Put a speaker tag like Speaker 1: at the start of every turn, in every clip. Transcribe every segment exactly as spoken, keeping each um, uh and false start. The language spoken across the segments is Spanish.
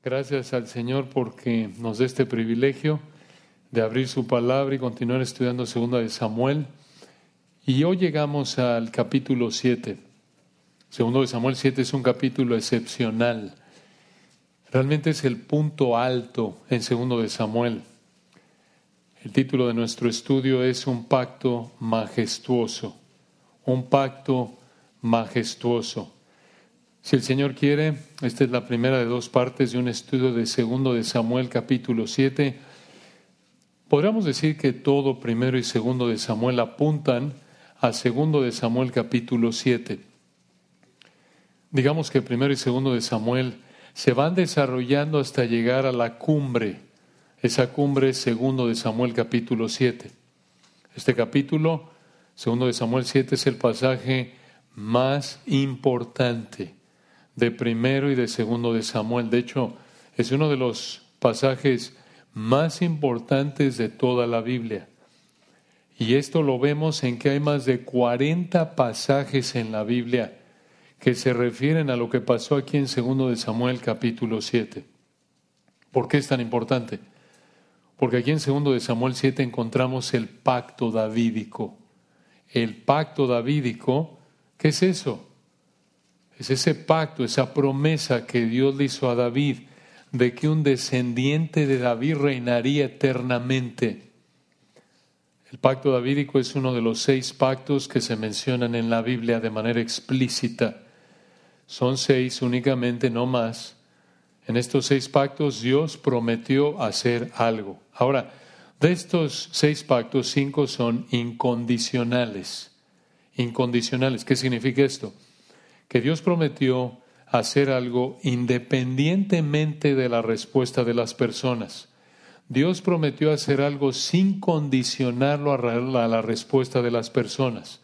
Speaker 1: Gracias al Señor porque nos da este privilegio de abrir su palabra y continuar estudiando Segunda de Samuel. Y hoy llegamos al capítulo siete. Segundo de Samuel siete es un capítulo excepcional. Realmente es el punto alto en Segundo de Samuel. El título de nuestro estudio es Un pacto majestuoso. Un pacto majestuoso. Si el Señor quiere, esta es la primera de dos partes de un estudio de Segundo de Samuel capítulo siete. Podríamos decir que todo Primero y Segundo de Samuel apuntan a Segundo de Samuel capítulo siete. Digamos que Primero y Segundo de Samuel se van desarrollando hasta llegar a la cumbre. Esa cumbre es Segundo de Samuel capítulo siete. Este capítulo, Segundo de Samuel siete, es el pasaje más importante de Primero y de Segundo de Samuel. De hecho, es uno de los pasajes más importantes de toda la Biblia. Y esto lo vemos en que hay más de cuarenta pasajes en la Biblia que se refieren a lo que pasó aquí en Segundo de Samuel capítulo siete. ¿Por qué es tan importante? Porque aquí en Segundo de Samuel siete encontramos el pacto davídico. El pacto davídico, ¿qué es eso? Es ese pacto, esa promesa que Dios le hizo a David de que un descendiente de David reinaría eternamente. El pacto davídico es uno de los seis pactos que se mencionan en la Biblia de manera explícita. Son seis únicamente, no más. En estos seis pactos Dios prometió hacer algo. Ahora, de estos seis pactos, cinco son incondicionales. Incondicionales. ¿Qué significa esto? Que Dios prometió hacer algo independientemente de la respuesta de las personas. Dios prometió hacer algo sin condicionarlo a la respuesta de las personas.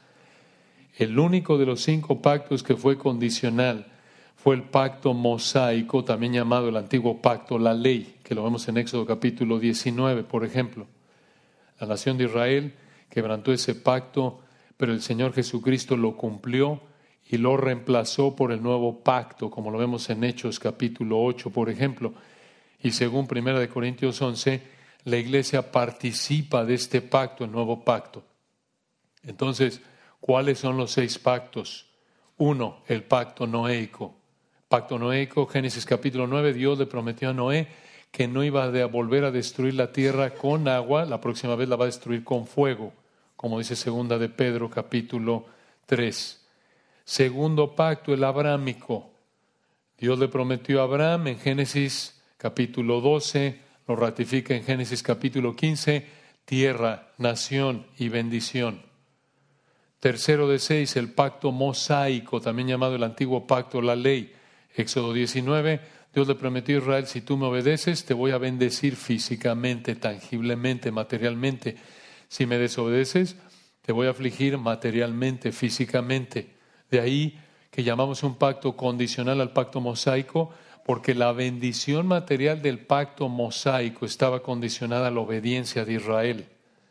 Speaker 1: El único de los cinco pactos que fue condicional fue el pacto mosaico, también llamado el antiguo pacto, la ley, que lo vemos en Éxodo capítulo diecinueve, por ejemplo. La nación de Israel quebrantó ese pacto, pero el Señor Jesucristo lo cumplió y lo reemplazó por el nuevo pacto, como lo vemos en Hechos capítulo ocho, por ejemplo. Y según Primera de Corintios once, la iglesia participa de este pacto, el nuevo pacto. Entonces, ¿cuáles son los seis pactos? Uno, el pacto noéico. Pacto noéico, Génesis capítulo nueve, Dios le prometió a Noé que no iba a volver a destruir la tierra con agua, la próxima vez la va a destruir con fuego, como dice Segunda de Pedro capítulo tres. Segundo pacto, el abrámico. Dios le prometió a Abraham en Génesis capítulo doce, lo ratifica en Génesis capítulo quince, tierra, nación y bendición. Tercero de seis, el pacto mosaico, también llamado el antiguo pacto, la ley. Éxodo diecinueve, Dios le prometió a Israel, si tú me obedeces, te voy a bendecir físicamente, tangiblemente, materialmente. Si me desobedeces, te voy a afligir materialmente, físicamente. De ahí que llamamos un pacto condicional al pacto mosaico, porque la bendición material del pacto mosaico estaba condicionada a la obediencia de Israel.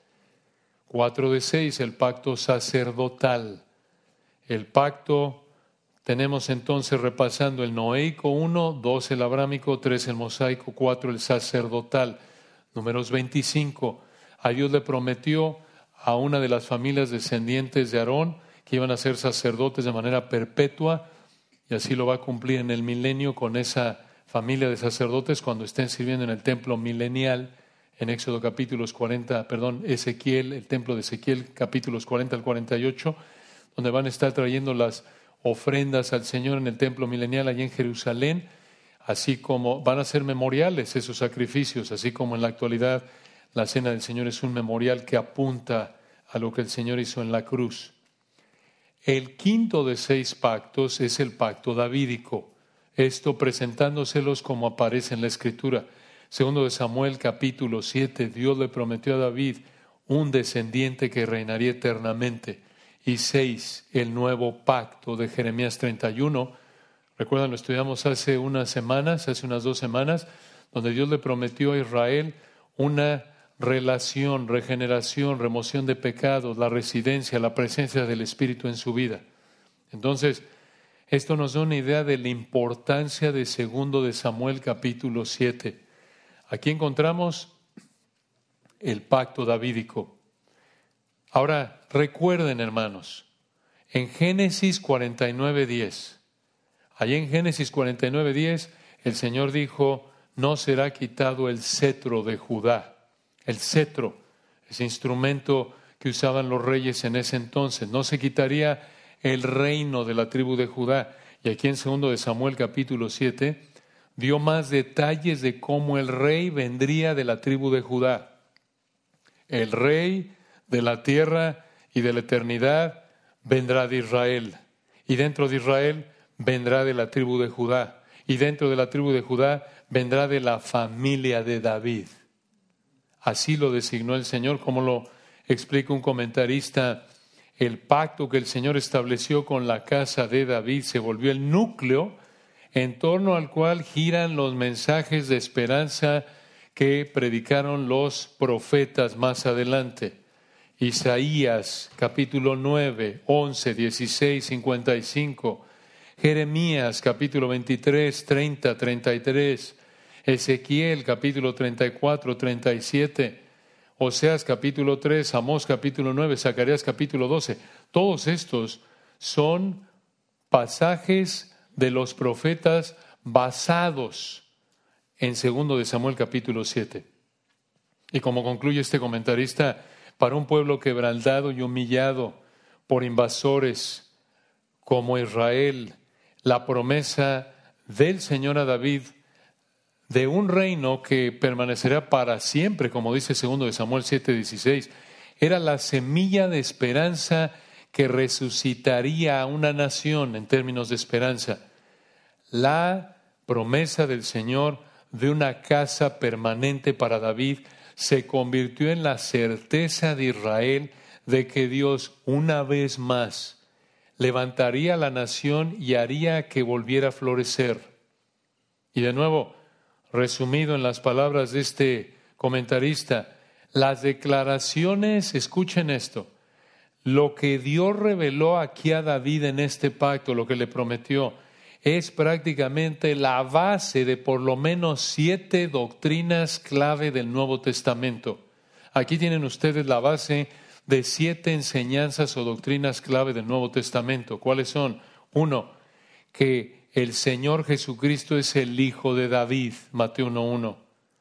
Speaker 1: Cuatro de seis, el pacto sacerdotal. El pacto, tenemos entonces repasando el noéico uno, dos el abrámico, tres el mosaico, cuatro el sacerdotal. Números veinticinco, a Dios le prometió a una de las familias descendientes de Aarón que iban a ser sacerdotes de manera perpetua, y así lo va a cumplir en el milenio con esa familia de sacerdotes cuando estén sirviendo en el templo milenial, en Éxodo capítulos cuarenta, perdón, Ezequiel, el templo de Ezequiel, capítulos cuarenta al cuarenta y ocho, donde van a estar trayendo las ofrendas al Señor en el templo milenial allí en Jerusalén, así como van a ser memoriales esos sacrificios, así como en la actualidad la cena del Señor es un memorial que apunta a lo que el Señor hizo en la cruz. El quinto de seis pactos es el pacto davídico, esto presentándoselos como aparece en la Escritura. Segundo de Samuel capítulo siete, Dios le prometió a David un descendiente que reinaría eternamente. Y seis, el nuevo pacto de Jeremías treinta y uno. Recuerdan, lo estudiamos hace unas semanas, hace unas dos semanas, donde Dios le prometió a Israel una relación, regeneración, remoción de pecados, la residencia, la presencia del Espíritu en su vida. Entonces, Esto nos da una idea de la importancia de segundo de Samuel capítulo siete. Aquí encontramos el pacto davídico. Ahora, recuerden, hermanos, en Génesis cuarenta y nueve diez, allí en Génesis cuarenta y nueve diez, el Señor dijo, no será quitado el cetro de Judá. El cetro, ese instrumento que usaban los reyes en ese entonces, no se quitaría el reino de la tribu de Judá. Y aquí en segundo de Samuel capítulo siete, dio más detalles de cómo el rey vendría de la tribu de Judá. El rey de la tierra y de la eternidad vendrá de Israel. Y dentro de Israel vendrá de la tribu de Judá. Y dentro de la tribu de Judá vendrá de la familia de David. Así lo designó el Señor, como lo explica un comentarista. El pacto que el Señor estableció con la casa de David se volvió el núcleo en torno al cual giran los mensajes de esperanza que predicaron los profetas más adelante. Isaías capítulo nueve, once, dieciséis, cincuenta y cinco. Jeremías capítulo veintitrés, treinta, treinta y tres. Ezequiel capítulo treinta y cuatro, treinta y siete. Oseas capítulo tres, Amós capítulo nueve, Zacarías capítulo doce. Todos estos son pasajes de los profetas basados en segundo de Samuel capítulo siete. Y como concluye este comentarista, para un pueblo quebrantado y humillado por invasores como Israel, la promesa del Señor a David de un reino que permanecerá para siempre, como dice segundo de Samuel siete dieciséis, era la semilla de esperanza que resucitaría a una nación en términos de esperanza. La promesa del Señor de una casa permanente para David se convirtió en la certeza de Israel de que Dios una vez más levantaría a la nación y haría que volviera a florecer. Y de nuevo, resumido en las palabras de este comentarista, las declaraciones, escuchen esto, lo que Dios reveló aquí a David en este pacto, lo que le prometió, es prácticamente la base de por lo menos siete doctrinas clave del Nuevo Testamento. Aquí tienen ustedes la base de siete enseñanzas o doctrinas clave del Nuevo Testamento. ¿Cuáles son? Uno, que el Señor Jesucristo es el Hijo de David, Mateo uno uno.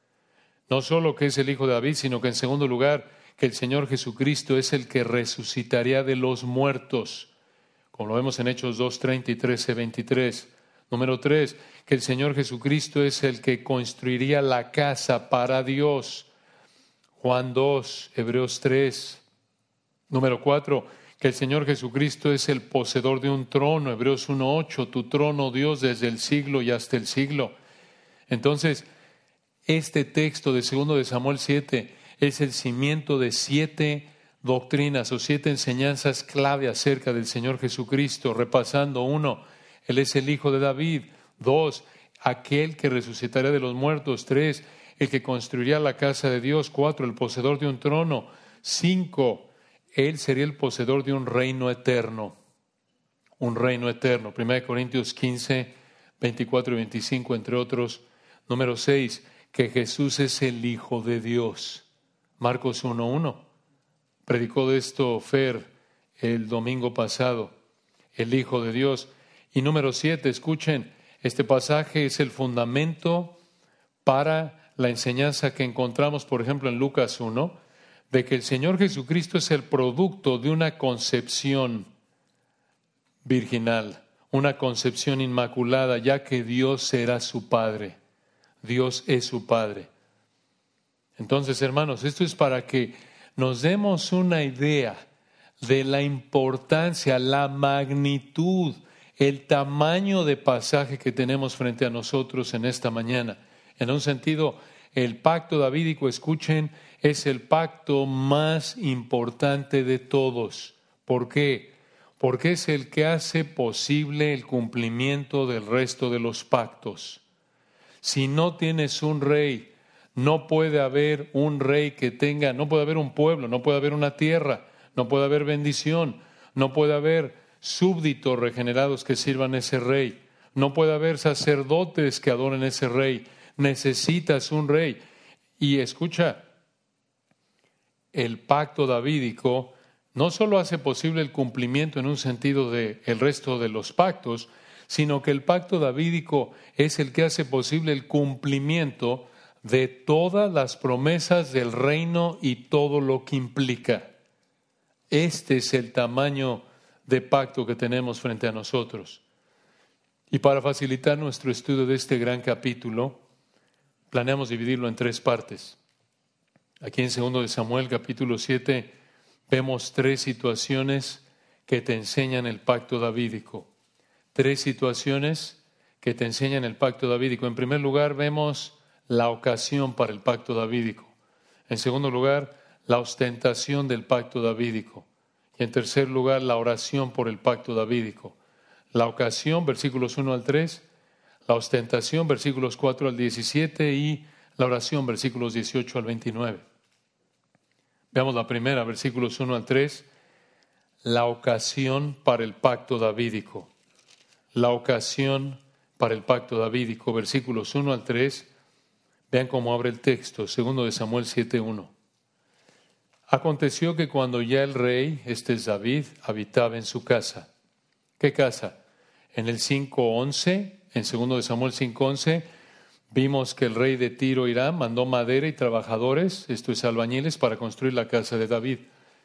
Speaker 1: No solo que es el Hijo de David, sino que en segundo lugar, que el Señor Jesucristo es el que resucitaría de los muertos, como lo vemos en Hechos dos, treinta y trece, veintitrés. Número tres, que el Señor Jesucristo es el que construiría la casa para Dios, Juan dos, Hebreos tres. Número cuatro, que el Señor Jesucristo es el poseedor de un trono, Hebreos uno ocho, tu trono, Dios, desde el siglo y hasta el siglo. Entonces, este texto de segundo de Samuel siete es el cimiento de siete doctrinas o siete enseñanzas clave acerca del Señor Jesucristo. Repasando, uno, Él es el Hijo de David. Dos, aquel que resucitará de los muertos. Tres, el que construiría la casa de Dios. Cuatro, el poseedor de un trono. Cinco, Él sería el poseedor de un reino eterno. Un reino eterno. Primera de Corintios quince, veinticuatro y veinticinco, entre otros. Número seis, que Jesús es el Hijo de Dios. Marcos uno uno. Predicó de esto Fer el domingo pasado. El Hijo de Dios. Y número siete, escuchen, este pasaje es el fundamento para la enseñanza que encontramos, por ejemplo, en Lucas uno, de que el Señor Jesucristo es el producto de una concepción virginal, una concepción inmaculada, ya que Dios será su Padre. Dios es su Padre. Entonces, hermanos, esto es para que nos demos una idea de la importancia, la magnitud, el tamaño de pasaje que tenemos frente a nosotros en esta mañana. En un sentido, el pacto davídico, escuchen, es el pacto más importante de todos. ¿Por qué? Porque es el que hace posible el cumplimiento del resto de los pactos. Si no tienes un rey, no puede haber un rey que tenga, no puede haber un pueblo, no puede haber una tierra, no puede haber bendición, no puede haber súbditos regenerados que sirvan a ese rey. No puede haber sacerdotes que adoren a ese rey. Necesitas un rey. Y escucha, el pacto davídico no solo hace posible el cumplimiento en un sentido de el resto de los pactos, sino que el pacto davídico es el que hace posible el cumplimiento de todas las promesas del reino y todo lo que implica. Este es el tamaño de pacto que tenemos frente a nosotros. Y para facilitar nuestro estudio de este gran capítulo, planeamos dividirlo en tres partes. Aquí en segundo de Samuel, capítulo siete, vemos tres situaciones que te enseñan el pacto davídico. Tres situaciones que te enseñan el pacto davídico. En primer lugar, vemos la ocasión para el pacto davídico. En segundo lugar, la ostentación del pacto davídico. Y en tercer lugar, la oración por el pacto davídico. La ocasión, versículos uno al tres, la ostentación, versículos cuatro al diecisiete, y la oración, versículos dieciocho al veintinueve. Veamos la primera, versículos uno al tres, la ocasión para el pacto davídico. La ocasión para el pacto davídico, versículos uno al tres. Vean cómo abre el texto, segundo de Samuel siete uno. Aconteció que cuando ya el rey, este es David, habitaba en su casa. ¿Qué casa? En el cinco once, en segundo de Samuel cinco once, vimos que el rey de Tiro, Hiram, mandó madera y trabajadores, esto es albañiles, para construir la casa de David.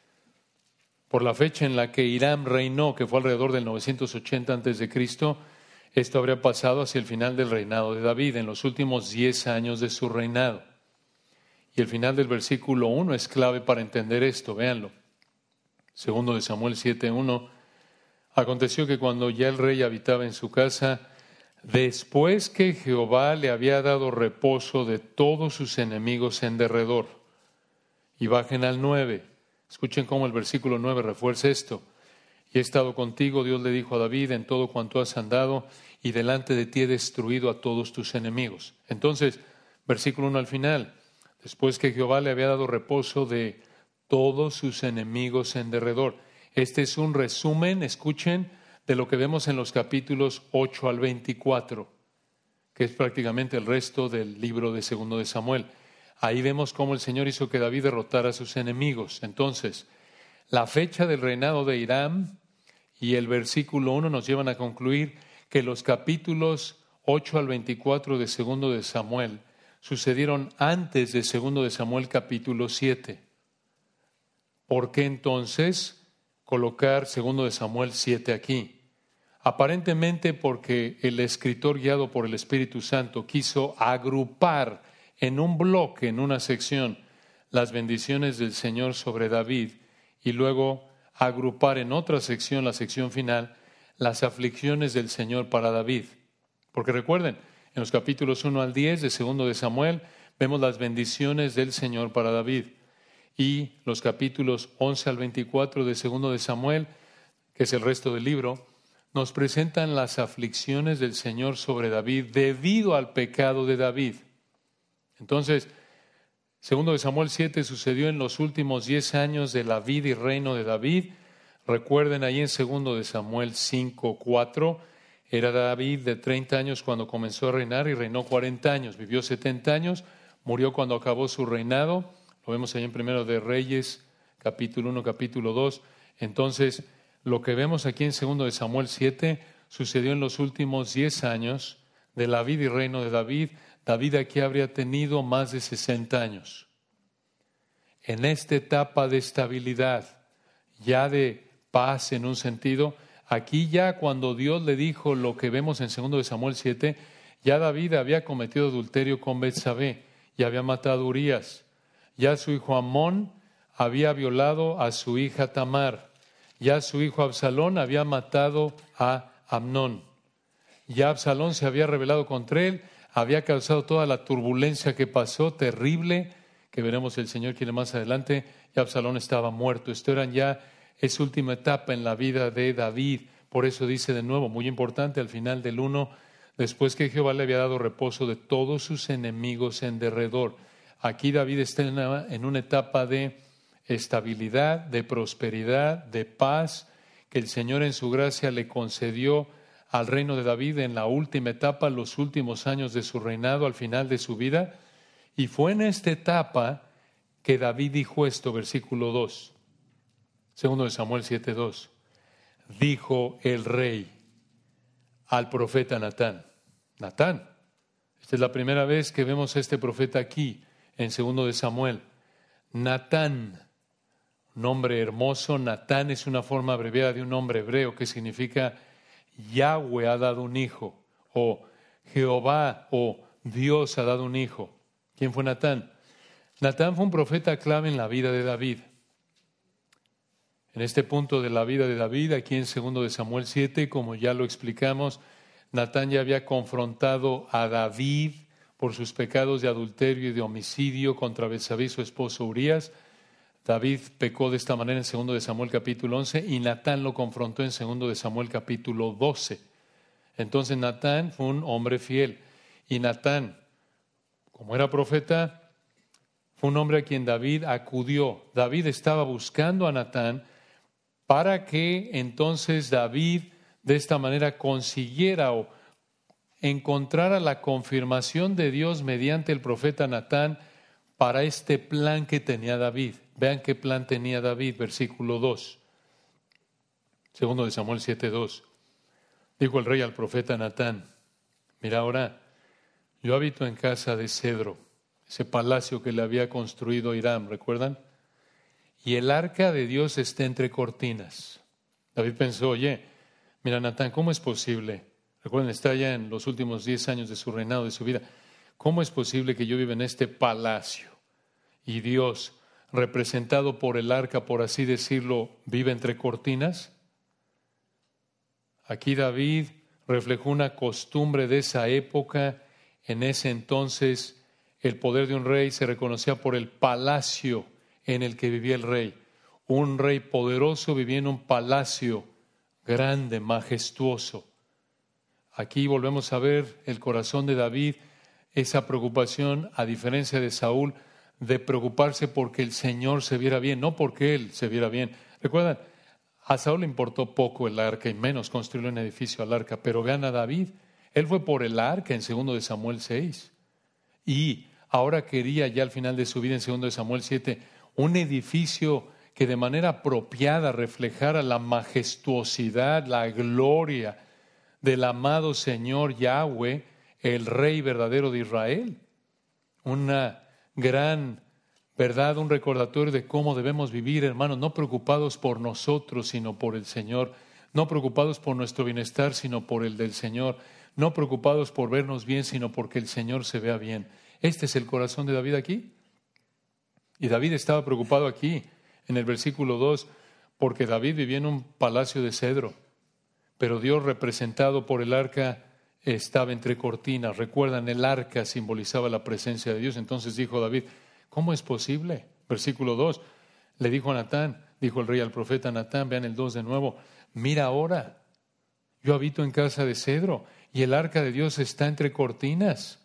Speaker 1: Por la fecha en la que Hiram reinó, que fue alrededor del novecientos ochenta antes de Cristo, esto habría pasado hacia el final del reinado de David, en los últimos diez años de su reinado. Y el final del versículo uno es clave para entender esto, véanlo. Segundo de Samuel siete uno, aconteció que cuando ya el rey habitaba en su casa, después que Jehová le había dado reposo de todos sus enemigos en derredor. Y bajen al nueve, escuchen cómo el versículo nueve refuerza esto. Y he estado contigo, Dios le dijo a David, en todo cuanto has andado, y delante de ti he destruido a todos tus enemigos. Entonces, versículo uno al final, después que Jehová le había dado reposo de todos sus enemigos en derredor. Este es un resumen, escuchen, de lo que vemos en los capítulos ocho al veinticuatro, que es prácticamente el resto del libro de segundo de Samuel. Ahí vemos cómo el Señor hizo que David derrotara a sus enemigos. Entonces, la fecha del reinado de Hiram y el versículo uno nos llevan a concluir que los capítulos ocho al veinticuatro de segundo de Samuel sucedieron antes de segundo de Samuel capítulo siete. ¿Por qué entonces colocar segundo de Samuel siete aquí? Aparentemente porque el escritor, guiado por el Espíritu Santo, quiso agrupar en un bloque, en una sección, las bendiciones del Señor sobre David y luego agrupar en otra sección, la sección final, las aflicciones del Señor para David. Porque recuerden, en los capítulos uno al diez de segundo de Samuel vemos las bendiciones del Señor para David. Y los capítulos once al veinticuatro de segundo de Samuel, que es el resto del libro, nos presentan las aflicciones del Señor sobre David debido al pecado de David. Entonces, segundo de Samuel siete sucedió en los últimos diez años de la vida y reino de David. Recuerden ahí en segundo de Samuel cinco cuatro, era David de treinta años cuando comenzó a reinar y reinó cuarenta años. Vivió setenta años, murió cuando acabó su reinado. Lo vemos ahí en Primero de Reyes, capítulo uno, capítulo dos. Entonces, lo que vemos aquí en segundo de Samuel siete sucedió en los últimos diez años de la vida y reino de David. David aquí habría tenido más de sesenta años. En esta etapa de estabilidad, ya de paz en un sentido, aquí ya cuando Dios le dijo lo que vemos en segundo de Samuel siete, ya David había cometido adulterio con Betsabé y había matado a Urías. Ya su hijo Amón había violado a su hija Tamar. Ya su hijo Absalón había matado a Amnón. Ya Absalón se había rebelado contra él, había causado toda la turbulencia que pasó, terrible, que veremos el Señor quiere más adelante, y Absalón estaba muerto. Esto era ya esa última etapa en la vida de David. Por eso dice de nuevo, muy importante, al final del uno, después que Jehová le había dado reposo de todos sus enemigos en derredor. Aquí David está en una, en una etapa de estabilidad, de prosperidad, de paz, que el Señor en su gracia le concedió al reino de David en la última etapa, los últimos años de su reinado, al final de su vida. Y fue en esta etapa que David dijo esto, versículo dos, segundo de Samuel siete dos. Dijo el rey al profeta Natán. Natán. Esta es la primera vez que vemos a este profeta aquí, en segundo de Samuel. Natán, nombre hermoso. Natán es una forma abreviada de un nombre hebreo que significa Yahweh ha dado un hijo, o Jehová o Dios ha dado un hijo. ¿Quién fue Natán? Natán fue un profeta clave en la vida de David. En este punto de la vida de David, aquí en segundo de Samuel siete, como ya lo explicamos, Natán ya había confrontado a David por sus pecados de adulterio y de homicidio contra Betsabé, su esposo Urías. David pecó de esta manera en segundo de Samuel capítulo once y Natán lo confrontó en segundo de Samuel capítulo doce. Entonces Natán fue un hombre fiel. Y Natán, como era profeta, fue un hombre a quien David acudió. David estaba buscando a Natán para que entonces David de esta manera consiguiera o encontrara la confirmación de Dios mediante el profeta Natán para este plan que tenía David. Vean qué plan tenía David, versículo dos. Segundo de Samuel siete dos. Dijo el rey al profeta Natán, mira ahora, yo habito en casa de cedro, ese palacio que le había construido Hiram, ¿recuerdan? Y el arca de Dios está entre cortinas. David pensó, oye, mira Natán, ¿cómo es posible? Recuerden, está ya en los últimos diez años de su reinado, de su vida. ¿Cómo es posible que yo viva en este palacio y Dios, representado por el arca, por así decirlo, vive entre cortinas? Aquí David reflejó una costumbre de esa época. En ese entonces el poder de un rey se reconocía por el palacio en el que vivía el rey. Un rey poderoso vivía en un palacio grande, majestuoso. Aquí volvemos a ver el corazón de David, esa preocupación, a diferencia de Saúl, de preocuparse porque el Señor se viera bien, no porque él se viera bien. Recuerdan, a Saúl le importó poco el arca y menos construir un edificio al arca, pero vean a David, él fue por el arca en segundo de Samuel seis y ahora quería ya al final de su vida en segundo de Samuel siete un edificio que de manera apropiada reflejara la majestuosidad, la gloria del amado Señor Yahweh, el Rey verdadero de Israel. Una gran verdad, un recordatorio de cómo debemos vivir, hermanos, no preocupados por nosotros, sino por el Señor, no preocupados por nuestro bienestar, sino por el del Señor, no preocupados por vernos bien, sino porque el Señor se vea bien. Este es el corazón de David aquí. Y David estaba preocupado aquí, en el versículo dos, porque David vivía en un palacio de cedro, pero Dios, representado por el arca, estaba entre cortinas. Recuerdan, el arca simbolizaba la presencia de Dios. Entonces dijo David, ¿cómo es posible? Versículo dos, le dijo a Natán, dijo el rey al profeta Natán, vean el dos de nuevo, mira ahora, yo habito en casa de cedro y el arca de Dios está entre cortinas.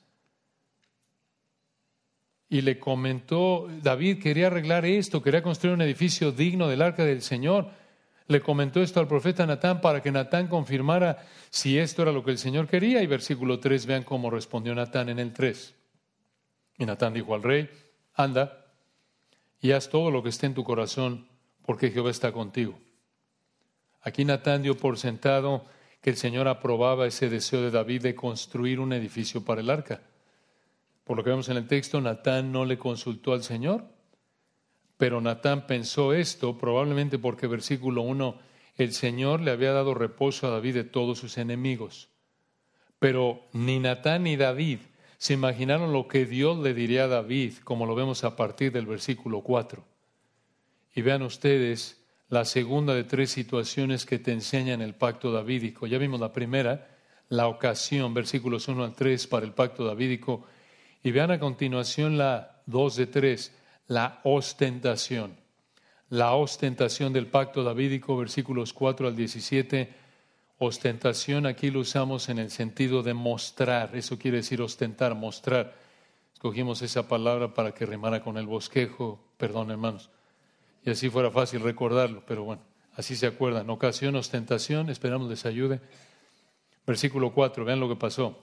Speaker 1: Y le comentó, David quería arreglar esto, quería construir un edificio digno del arca del Señor. Le comentó esto al profeta Natán para que Natán confirmara si esto era lo que el Señor quería. Y versículo tres, vean cómo respondió Natán en el tres. Y Natán dijo al rey, anda y haz todo lo que esté en tu corazón, porque Jehová está contigo. Aquí Natán dio por sentado que el Señor aprobaba ese deseo de David de construir un edificio para el arca. Por lo que vemos en el texto, Natán no le consultó al Señor, pero Natán pensó esto probablemente porque versículo uno, el Señor le había dado reposo a David de todos sus enemigos. Pero ni Natán ni David se imaginaron lo que Dios le diría a David, como lo vemos a partir del versículo cuatro. Y vean ustedes la segunda de tres situaciones que te enseñan el pacto davídico. Ya vimos la primera, la ocasión, versículos uno al tres para el pacto davídico. Y vean a continuación la dos de tres, la ostentación. La ostentación del pacto davídico, versículos cuatro al diecisiete. Ostentación aquí lo usamos en el sentido de mostrar. Eso quiere decir ostentar, mostrar. Escogimos esa palabra para que rimara con el bosquejo. Perdón, hermanos. Y así fuera fácil recordarlo, pero bueno, Así se acuerdan. Ocasión, ostentación, esperamos les ayude. Versículo cuatro, vean lo que pasó.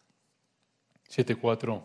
Speaker 1: siete cuatro.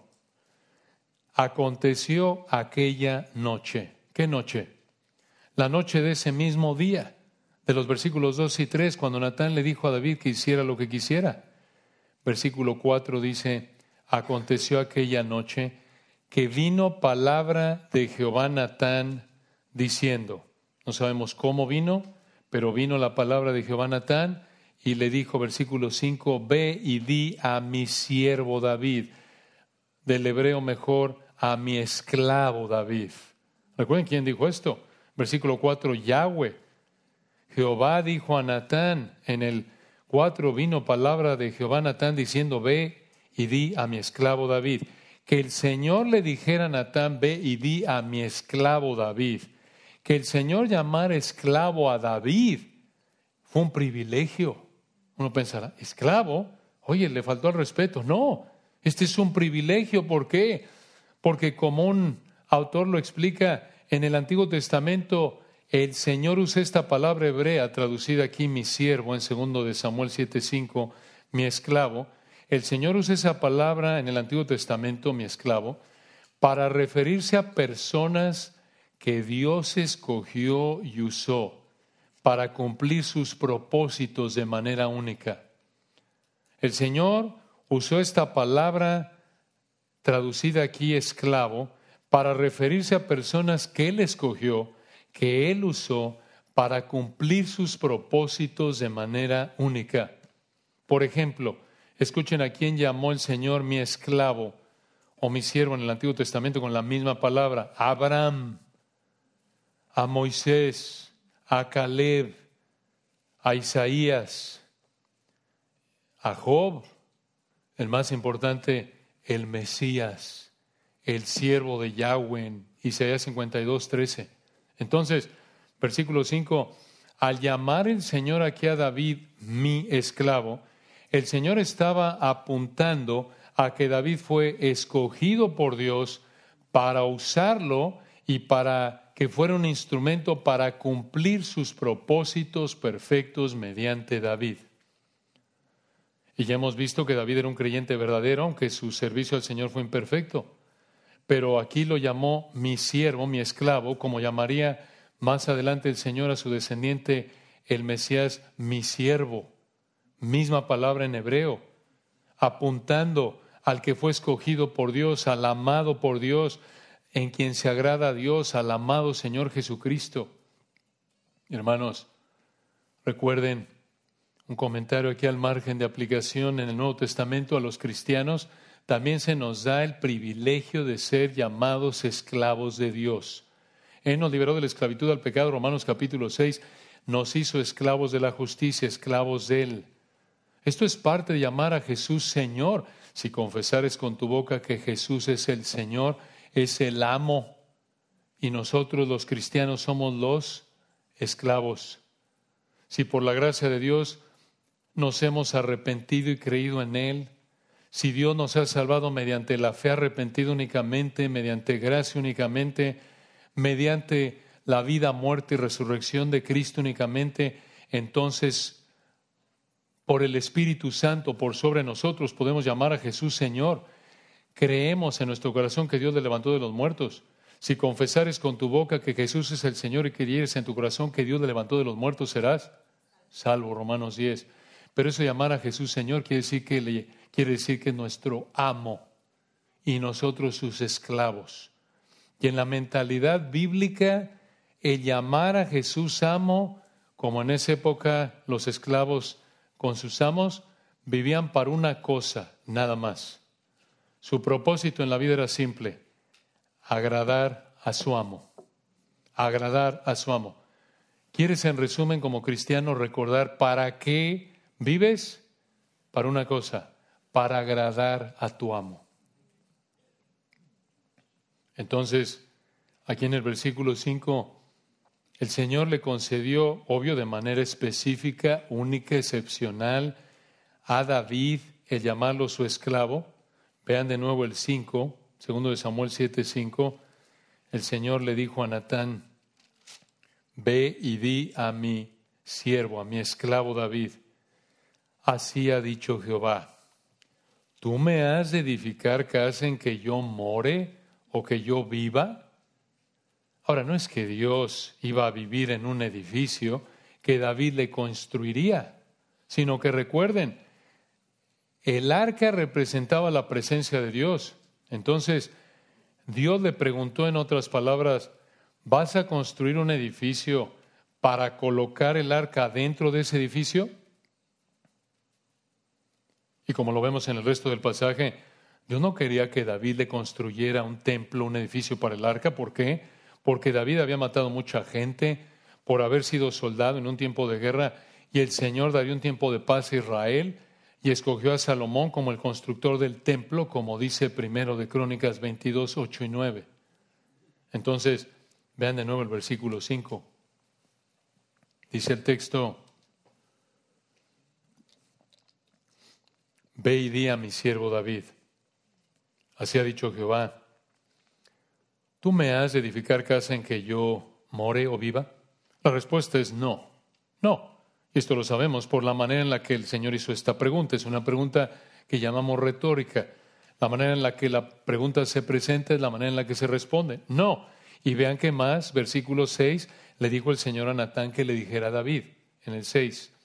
Speaker 1: Aconteció aquella noche. ¿Qué noche? La noche de ese mismo día, de los versículos dos y tres, cuando Natán le dijo a David que hiciera lo que quisiera. Versículo cuatro dice, aconteció aquella noche que vino palabra de Jehová a Natán diciendo, no sabemos cómo vino, pero vino la palabra de Jehová a Natán y le dijo, versículo cinco, ve y di a mi siervo David, del hebreo mejor, a mi esclavo David. ¿Recuerden quién dijo esto? Versículo cuatro, Yahweh. Jehová dijo a Natán, en el cuatro vino palabra de Jehová a Natán diciendo, ve y di a mi esclavo David. Que el Señor le dijera a Natán, ve y di a mi esclavo David. Que el Señor llamara esclavo a David fue un privilegio. Uno pensará, ¿esclavo? Oye, le faltó el respeto. No, este es un privilegio. ¿Por qué? Porque como un autor lo explica, en el Antiguo Testamento el Señor usa esta palabra hebrea, traducida aquí mi siervo, en segundo de Samuel siete cinco, mi esclavo. El Señor usa esa palabra en el Antiguo Testamento, mi esclavo, para referirse a personas que Dios escogió y usó para cumplir sus propósitos de manera única. El Señor usó esta palabra traducida aquí esclavo para referirse a personas que Él escogió, que Él usó para cumplir sus propósitos de manera única. Por ejemplo, escuchen a quién llamó el Señor mi esclavo o mi siervo en el Antiguo Testamento con la misma palabra: a Abraham, a Moisés, a Caleb, a Isaías, a Job, el más importante, el Mesías, el siervo de Yahweh, en Isaías cincuenta y dos, trece. Entonces, versículo cinco, al llamar el Señor aquí a David mi esclavo, el Señor estaba apuntando a que David fue escogido por Dios para usarlo y para que fuera un instrumento para cumplir sus propósitos perfectos mediante David. Y ya hemos visto que David era un creyente verdadero, aunque su servicio al Señor fue imperfecto. Pero aquí lo llamó mi siervo, mi esclavo, como llamaría más adelante el Señor a su descendiente, el Mesías, mi siervo. Misma palabra en hebreo, apuntando al que fue escogido por Dios, al amado por Dios, en quien se agrada a Dios, al amado Señor Jesucristo. Hermanos, recuerden un comentario aquí al margen de aplicación en el Nuevo Testamento a los cristianos. También se nos da el privilegio de ser llamados esclavos de Dios. Él nos liberó de la esclavitud al pecado, Romanos capítulo seis, nos hizo esclavos de la justicia, esclavos de Él. Esto es parte de llamar a Jesús Señor. Si confesares con tu boca que Jesús es el Señor, es el amo, y nosotros los cristianos somos los esclavos. Si por la gracia de Dios nos hemos arrepentido y creído en Él, si Dios nos ha salvado mediante la fe, arrepentido únicamente, mediante gracia únicamente, mediante la vida, muerte y resurrección de Cristo únicamente, entonces por el Espíritu Santo, por sobre nosotros, podemos llamar a Jesús Señor. Creemos en nuestro corazón que Dios le levantó de los muertos. Si confesares con tu boca que Jesús es el Señor y creyeres en tu corazón que Dios le levantó de los muertos, serás salvo, Romanos diez. Pero eso llamar a Jesús Señor quiere decir que, le, quiere decir que es nuestro amo y nosotros sus esclavos. Y en la mentalidad bíblica, el llamar a Jesús amo, como en esa época los esclavos con sus amos, vivían para una cosa, nada más. Su propósito en la vida era simple: agradar a su amo. Agradar a su amo. ¿Quieres, en resumen, como cristiano, recordar para qué vives? Para una cosa: para agradar a tu amo. Entonces, aquí en el versículo cinco, el Señor le concedió, obvio, de manera específica, única, excepcional, a David el llamarlo su esclavo. Vean de nuevo el cinco, segundo de Samuel siete cinco. El Señor le dijo a Natán: ve y di a mi siervo, a mi esclavo David. Así ha dicho Jehová: ¿tú me has de edificar casa en que yo more o que yo viva? Ahora, no es que Dios iba a vivir en un edificio que David le construiría, sino que recuerden, el arca representaba la presencia de Dios. Entonces, Dios le preguntó, en otras palabras, ¿vas a construir un edificio para colocar el arca dentro de ese edificio? Y como lo vemos en el resto del pasaje, Dios no quería que David le construyera un templo, un edificio para el arca. ¿Por qué? Porque David había matado mucha gente por haber sido soldado en un tiempo de guerra, y el Señor daría un tiempo de paz a Israel, y escogió a Salomón como el constructor del templo, como dice primero de Crónicas veintidós, ocho y nueve. Entonces, vean de nuevo el versículo cinco. Dice el texto: ve y di a mi siervo David, así ha dicho Jehová, ¿tú me has de edificar casa en que yo more o viva? La respuesta es no, no. Y esto lo sabemos por la manera en la que el Señor hizo esta pregunta. Es una pregunta que llamamos retórica. La manera en la que la pregunta se presenta es la manera en la que se responde. No. Y vean que más, versículo seis, le dijo el Señor a Natán que le dijera a David, en el seis,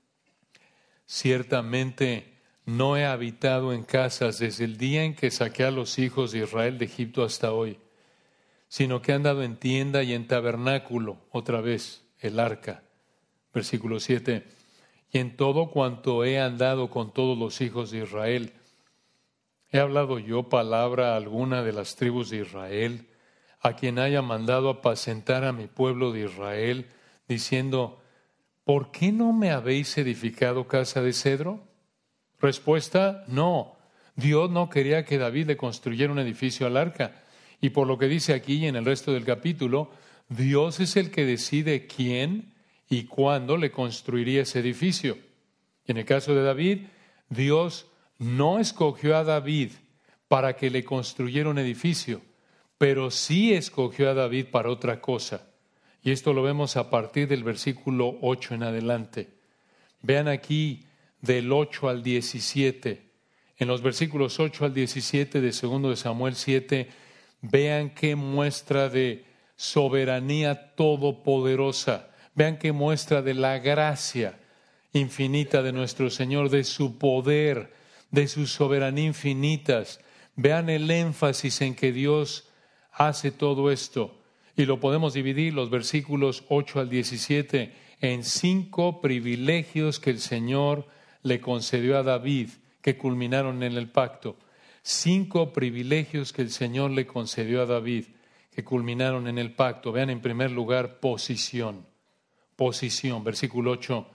Speaker 1: ciertamente no he habitado en casas desde el día en que saqué a los hijos de Israel de Egipto hasta hoy, sino que he andado en tienda y en tabernáculo, otra vez, el arca. Versículo siete, y en todo cuanto he andado con todos los hijos de Israel, ¿he hablado yo palabra alguna de las tribus de Israel, a quien haya mandado apacentar a mi pueblo de Israel, diciendo, ¿por qué no me habéis edificado casa de cedro? Respuesta, no. Dios no quería que David le construyera un edificio al arca. Y por lo que dice aquí y en el resto del capítulo, Dios es el que decide quién y cuándo le construiría ese edificio. Y en el caso de David, Dios no escogió a David para que le construyera un edificio, pero sí escogió a David para otra cosa. Y esto lo vemos a partir del versículo ocho en adelante. Vean aquí del ocho al diecisiete. En los versículos ocho al diecisiete de segundo de Samuel siete, vean qué muestra de soberanía todopoderosa. Vean qué muestra de la gracia infinita de nuestro Señor, de su poder, de su soberanía infinitas. Vean el énfasis en que Dios hace todo esto. Y lo podemos dividir, los versículos ocho al diecisiete, en cinco privilegios que el Señor le concedió a David, que culminaron en el pacto. Cinco privilegios que el Señor le concedió a David, que culminaron en el pacto. Vean, en primer lugar, posición. Posición, versículo ocho.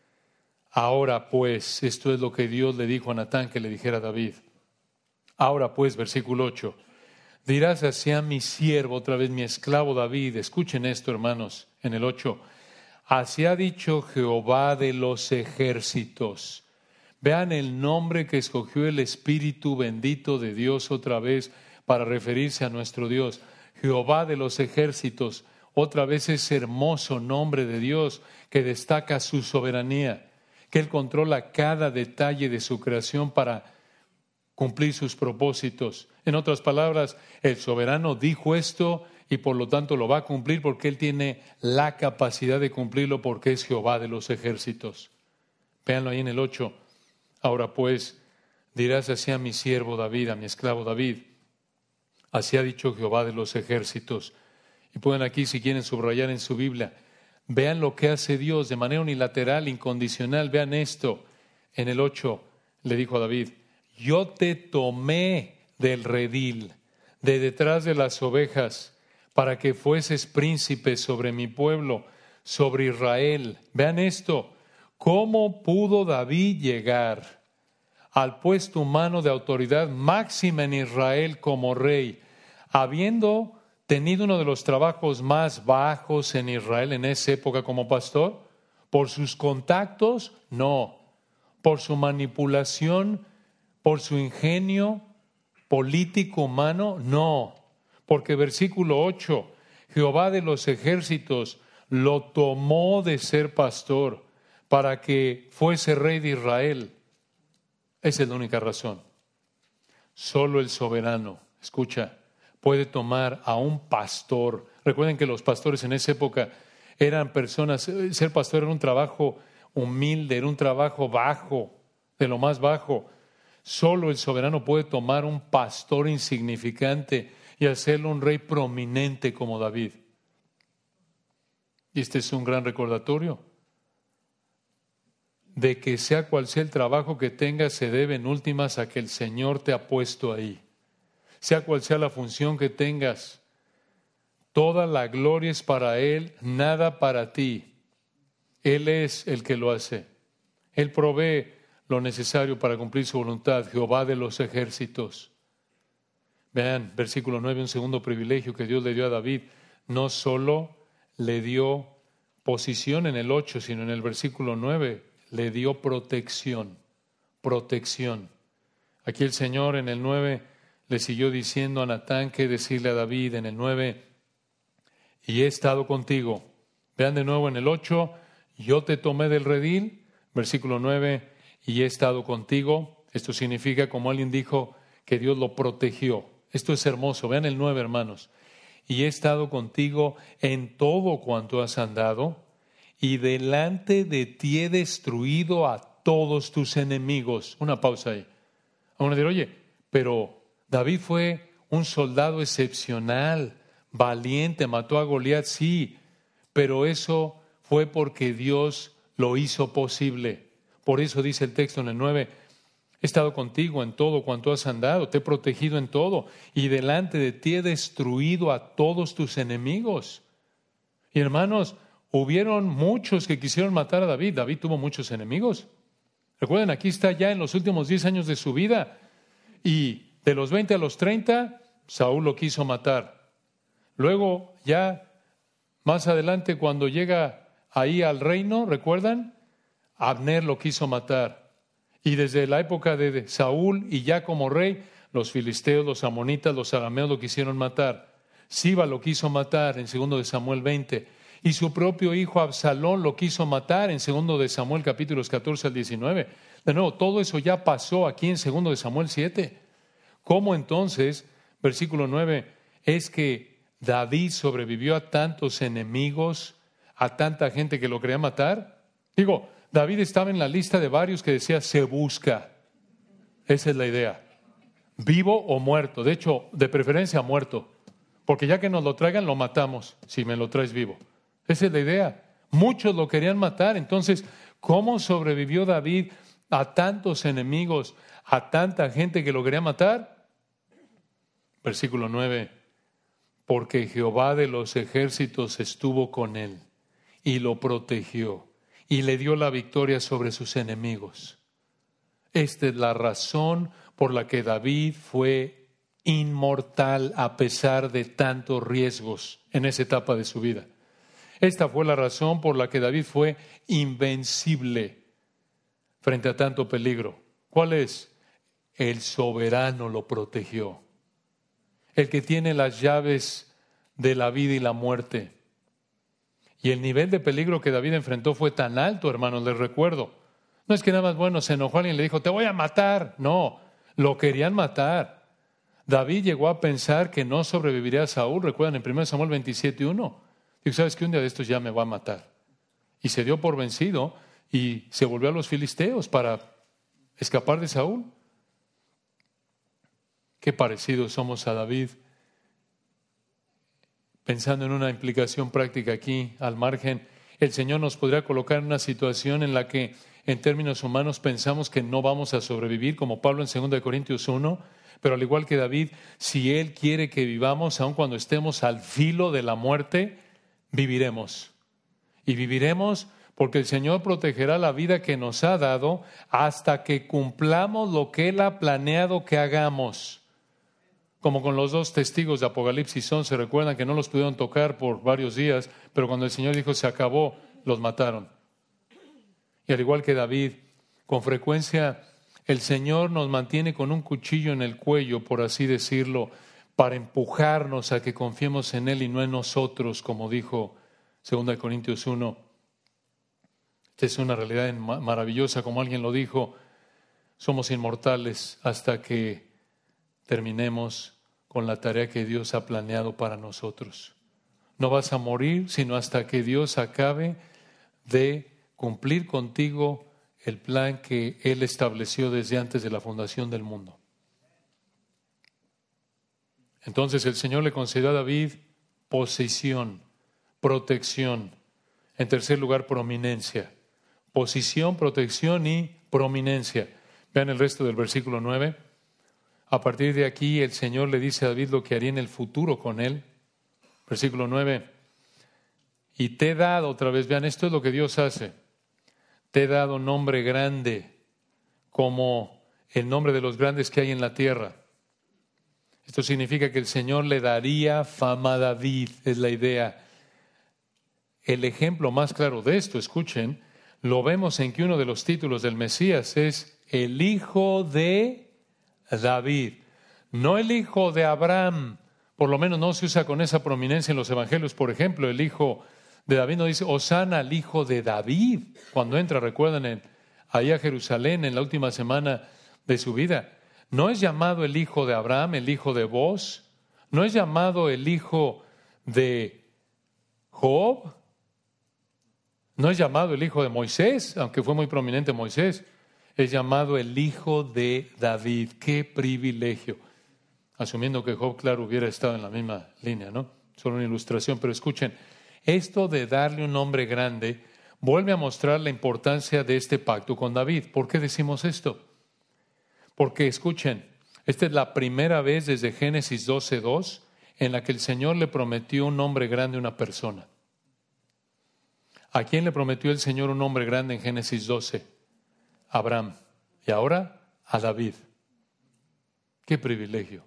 Speaker 1: Ahora pues, esto es lo que Dios le dijo a Natán que le dijera a David. Ahora pues, versículo ocho, dirás así a mi siervo, otra vez mi esclavo David. Escuchen esto, hermanos, en el ocho. Así ha dicho Jehová de los ejércitos. Vean el nombre que escogió el Espíritu bendito de Dios otra vez para referirse a nuestro Dios. Jehová de los ejércitos. Otra vez ese hermoso nombre de Dios que destaca su soberanía, que Él controla cada detalle de su creación para cumplir sus propósitos. En otras palabras, el soberano dijo esto y por lo tanto lo va a cumplir porque Él tiene la capacidad de cumplirlo porque es Jehová de los ejércitos. Véanlo ahí en el ocho. Ahora pues, dirás así a mi siervo David, a mi esclavo David, así ha dicho Jehová de los ejércitos. Y pueden aquí, si quieren subrayar en su Biblia, vean lo que hace Dios de manera unilateral, incondicional. Vean esto. En el ocho le dijo a David, yo te tomé del redil, de detrás de las ovejas, para que fueses príncipe sobre mi pueblo, sobre Israel. Vean esto. ¿Cómo pudo David llegar al puesto humano de autoridad máxima en Israel como rey, habiendo tenido uno de los trabajos más bajos en Israel en esa época como pastor? ¿Por sus contactos? No. ¿Por su manipulación? ¿Por su ingenio político humano? No. Porque versículo ocho, Jehová de los ejércitos lo tomó de ser pastor para que fuese rey de Israel. Esa es la única razón. Solo el soberano, escucha, puede tomar a un pastor. Recuerden que los pastores en esa época eran personas, ser pastor era un trabajo humilde, era un trabajo bajo, de lo más bajo. Solo el soberano puede tomar un pastor insignificante y hacerlo un rey prominente como David. Y este es un gran recordatorio de que sea cual sea el trabajo que tengas, se debe en últimas a que el Señor te ha puesto ahí. Sea cual sea la función que tengas, toda la gloria es para Él, nada para ti. Él es el que lo hace. Él provee lo necesario para cumplir su voluntad, Jehová de los ejércitos. Vean, versículo nueve, un segundo privilegio que Dios le dio a David. No solo le dio posición en el ocho, sino en el versículo nueve le dio protección. Protección. Aquí el Señor en el nueve le siguió diciendo a Natán que decirle a David en el nueve, y he estado contigo. Vean de nuevo en el ocho, yo te tomé del redil, versículo nueve, y he estado contigo. Esto significa, como alguien dijo, que Dios lo protegió. Esto es hermoso. Vean el nueve, hermanos. Y he estado contigo en todo cuanto has andado, y delante de ti he destruido a todos tus enemigos. Una pausa ahí. Vamos a decir, oye, pero David fue un soldado excepcional, valiente, mató a Goliat, sí, pero eso fue porque Dios lo hizo posible. Por eso dice el texto en el nueve, he estado contigo en todo cuanto has andado, te he protegido en todo, y delante de ti he destruido a todos tus enemigos. Y hermanos, hubieron muchos que quisieron matar a David. David tuvo muchos enemigos. Recuerden, aquí está ya en los últimos diez años de su vida, y de los veinte a los treinta, Saúl lo quiso matar. Luego, ya más adelante, cuando llega ahí al reino, ¿recuerdan? Abner lo quiso matar. Y desde la época de Saúl y ya como rey, los filisteos, los amonitas, los arameos lo quisieron matar. Siba lo quiso matar en segundo de Samuel veinte. Y su propio hijo Absalón lo quiso matar en segundo de Samuel capítulos catorce al diecinueve. De nuevo, todo eso ya pasó aquí en segundo de Samuel siete. ¿Cómo entonces, versículo nueve, es que David sobrevivió a tantos enemigos, a tanta gente que lo quería matar? Digo, David estaba en la lista de varios que decía, se busca. Esa es la idea. Vivo o muerto. De hecho, de preferencia muerto. Porque ya que nos lo traigan, lo matamos, si me lo traes vivo. Esa es la idea. Muchos lo querían matar. Entonces, ¿cómo sobrevivió David a tantos enemigos, a tanta gente que lo quería matar? Versículo nueve. Porque Jehová de los ejércitos estuvo con él y lo protegió y le dio la victoria sobre sus enemigos. Esta es la razón por la que David fue inmortal a pesar de tantos riesgos en esa etapa de su vida. Esta fue la razón por la que David fue invencible frente a tanto peligro. ¿Cuál es? El soberano lo protegió. El que tiene las llaves de la vida y la muerte. Y el nivel de peligro que David enfrentó fue tan alto, hermanos, les recuerdo. No es que nada más, bueno, se enojó alguien y le dijo, te voy a matar. No, lo querían matar. David llegó a pensar que no sobreviviría a Saúl. Recuerdan en primero Samuel veintisiete uno. Dijo, ¿sabes qué? Un día de estos ya me va a matar. Y se dio por vencido y se volvió a los filisteos para escapar de Saúl. Qué parecidos somos a David. Pensando en una implicación práctica aquí, al margen, el Señor nos podría colocar en una situación en la que, en términos humanos, pensamos que no vamos a sobrevivir, como Pablo en segunda de Corintios uno, pero al igual que David, si Él quiere que vivamos, aun cuando estemos al filo de la muerte, viviremos. Y viviremos porque el Señor protegerá la vida que nos ha dado hasta que cumplamos lo que Él ha planeado que hagamos. Como con los dos testigos de Apocalipsis once, recuerdan que no los pudieron tocar por varios días, pero cuando el Señor dijo se acabó, los mataron. Y al igual que David, con frecuencia el Señor nos mantiene con un cuchillo en el cuello, por así decirlo, para empujarnos a que confiemos en Él y no en nosotros, como dijo Segunda de Corintios uno. Esta es una realidad maravillosa, como alguien lo dijo, somos inmortales hasta que terminemos con la tarea que Dios ha planeado para nosotros. No vas a morir sino hasta que Dios acabe de cumplir contigo el plan que Él estableció desde antes de la fundación del mundo. Entonces el Señor le concedió a David posición, protección. En tercer lugar, prominencia. Posición, protección y prominencia. Vean el resto del versículo nueve. A partir de aquí el Señor le dice a David lo que haría en el futuro con él. Versículo nueve. Y te he dado, otra vez, vean, esto es lo que Dios hace. Te he dado nombre grande como el nombre de los grandes que hay en la tierra. Esto significa que el Señor le daría fama a David, es la idea. El ejemplo más claro de esto, escuchen, lo vemos en que uno de los títulos del Mesías es el hijo de David, no el hijo de Abraham. Por lo menos no se usa con esa prominencia en los evangelios. Por ejemplo, el hijo de David no dice Hosana al hijo de David. Cuando entra, recuerdan, en, ahí a Jerusalén en la última semana de su vida. No es llamado el hijo de Abraham, el hijo de Boz. No es llamado el hijo de Job. No es llamado el hijo de Moisés, aunque fue muy prominente Moisés. Es llamado el hijo de David. ¡Qué privilegio! Asumiendo que Job, claro, hubiera estado en la misma línea, ¿no? Solo una ilustración, pero escuchen, esto de darle un nombre grande vuelve a mostrar la importancia de este pacto con David. ¿Por qué decimos esto? Porque, escuchen, esta es la primera vez desde Génesis doce dos en la que el Señor le prometió un nombre grande a una persona. ¿A quién le prometió el Señor un nombre grande en Génesis doce? Abraham. Y ahora a David. ¡Qué privilegio!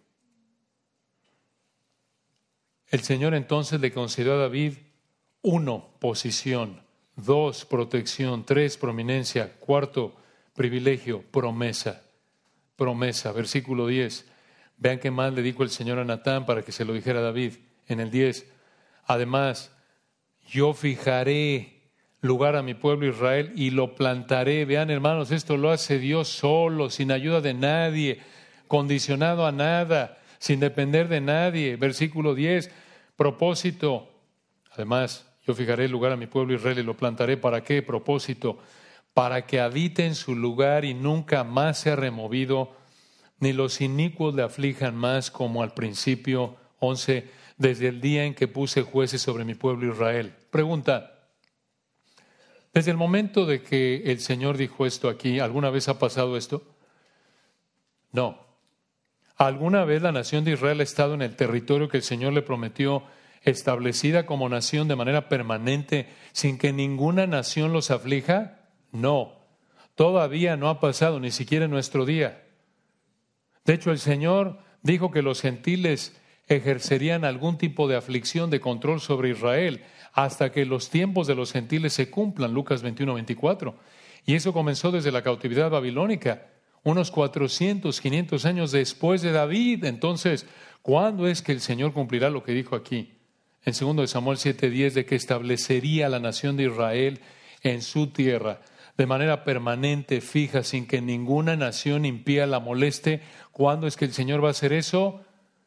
Speaker 1: El Señor entonces le concedió a David, uno, posición, dos, protección, tres, prominencia, cuarto, privilegio, promesa. Promesa, versículo diez. Vean qué más le dijo el Señor a Natán para que se lo dijera a David. En el diez, además, yo fijaré lugar a mi pueblo Israel y lo plantaré. Vean, hermanos, esto lo hace Dios solo, sin ayuda de nadie, condicionado a nada, sin depender de nadie. Versículo diez, propósito. Además, yo fijaré lugar a mi pueblo Israel y lo plantaré. ¿Para qué? Propósito. Para que habite en su lugar y nunca más sea removido, ni los inicuos le aflijan más como al principio. once, desde el día en que puse jueces sobre mi pueblo Israel. Pregunta. Desde el momento de que el Señor dijo esto aquí, ¿alguna vez ha pasado esto? No. ¿Alguna vez la nación de Israel ha estado en el territorio que el Señor le prometió, establecida como nación de manera permanente, sin que ninguna nación los aflija? No. Todavía no ha pasado, ni siquiera en nuestro día. De hecho, el Señor dijo que los gentiles ejercerían algún tipo de aflicción, de control sobre Israel, hasta que los tiempos de los gentiles se cumplan, Lucas veintiuno veinticuatro. Y eso comenzó desde la cautividad babilónica, unos cuatrocientos, quinientos años después de David. Entonces, ¿cuándo es que el Señor cumplirá lo que dijo aquí? En segundo de Samuel siete diez, de que establecería la nación de Israel en su tierra, de manera permanente, fija, sin que ninguna nación impía la moleste. ¿Cuándo es que el Señor va a hacer eso?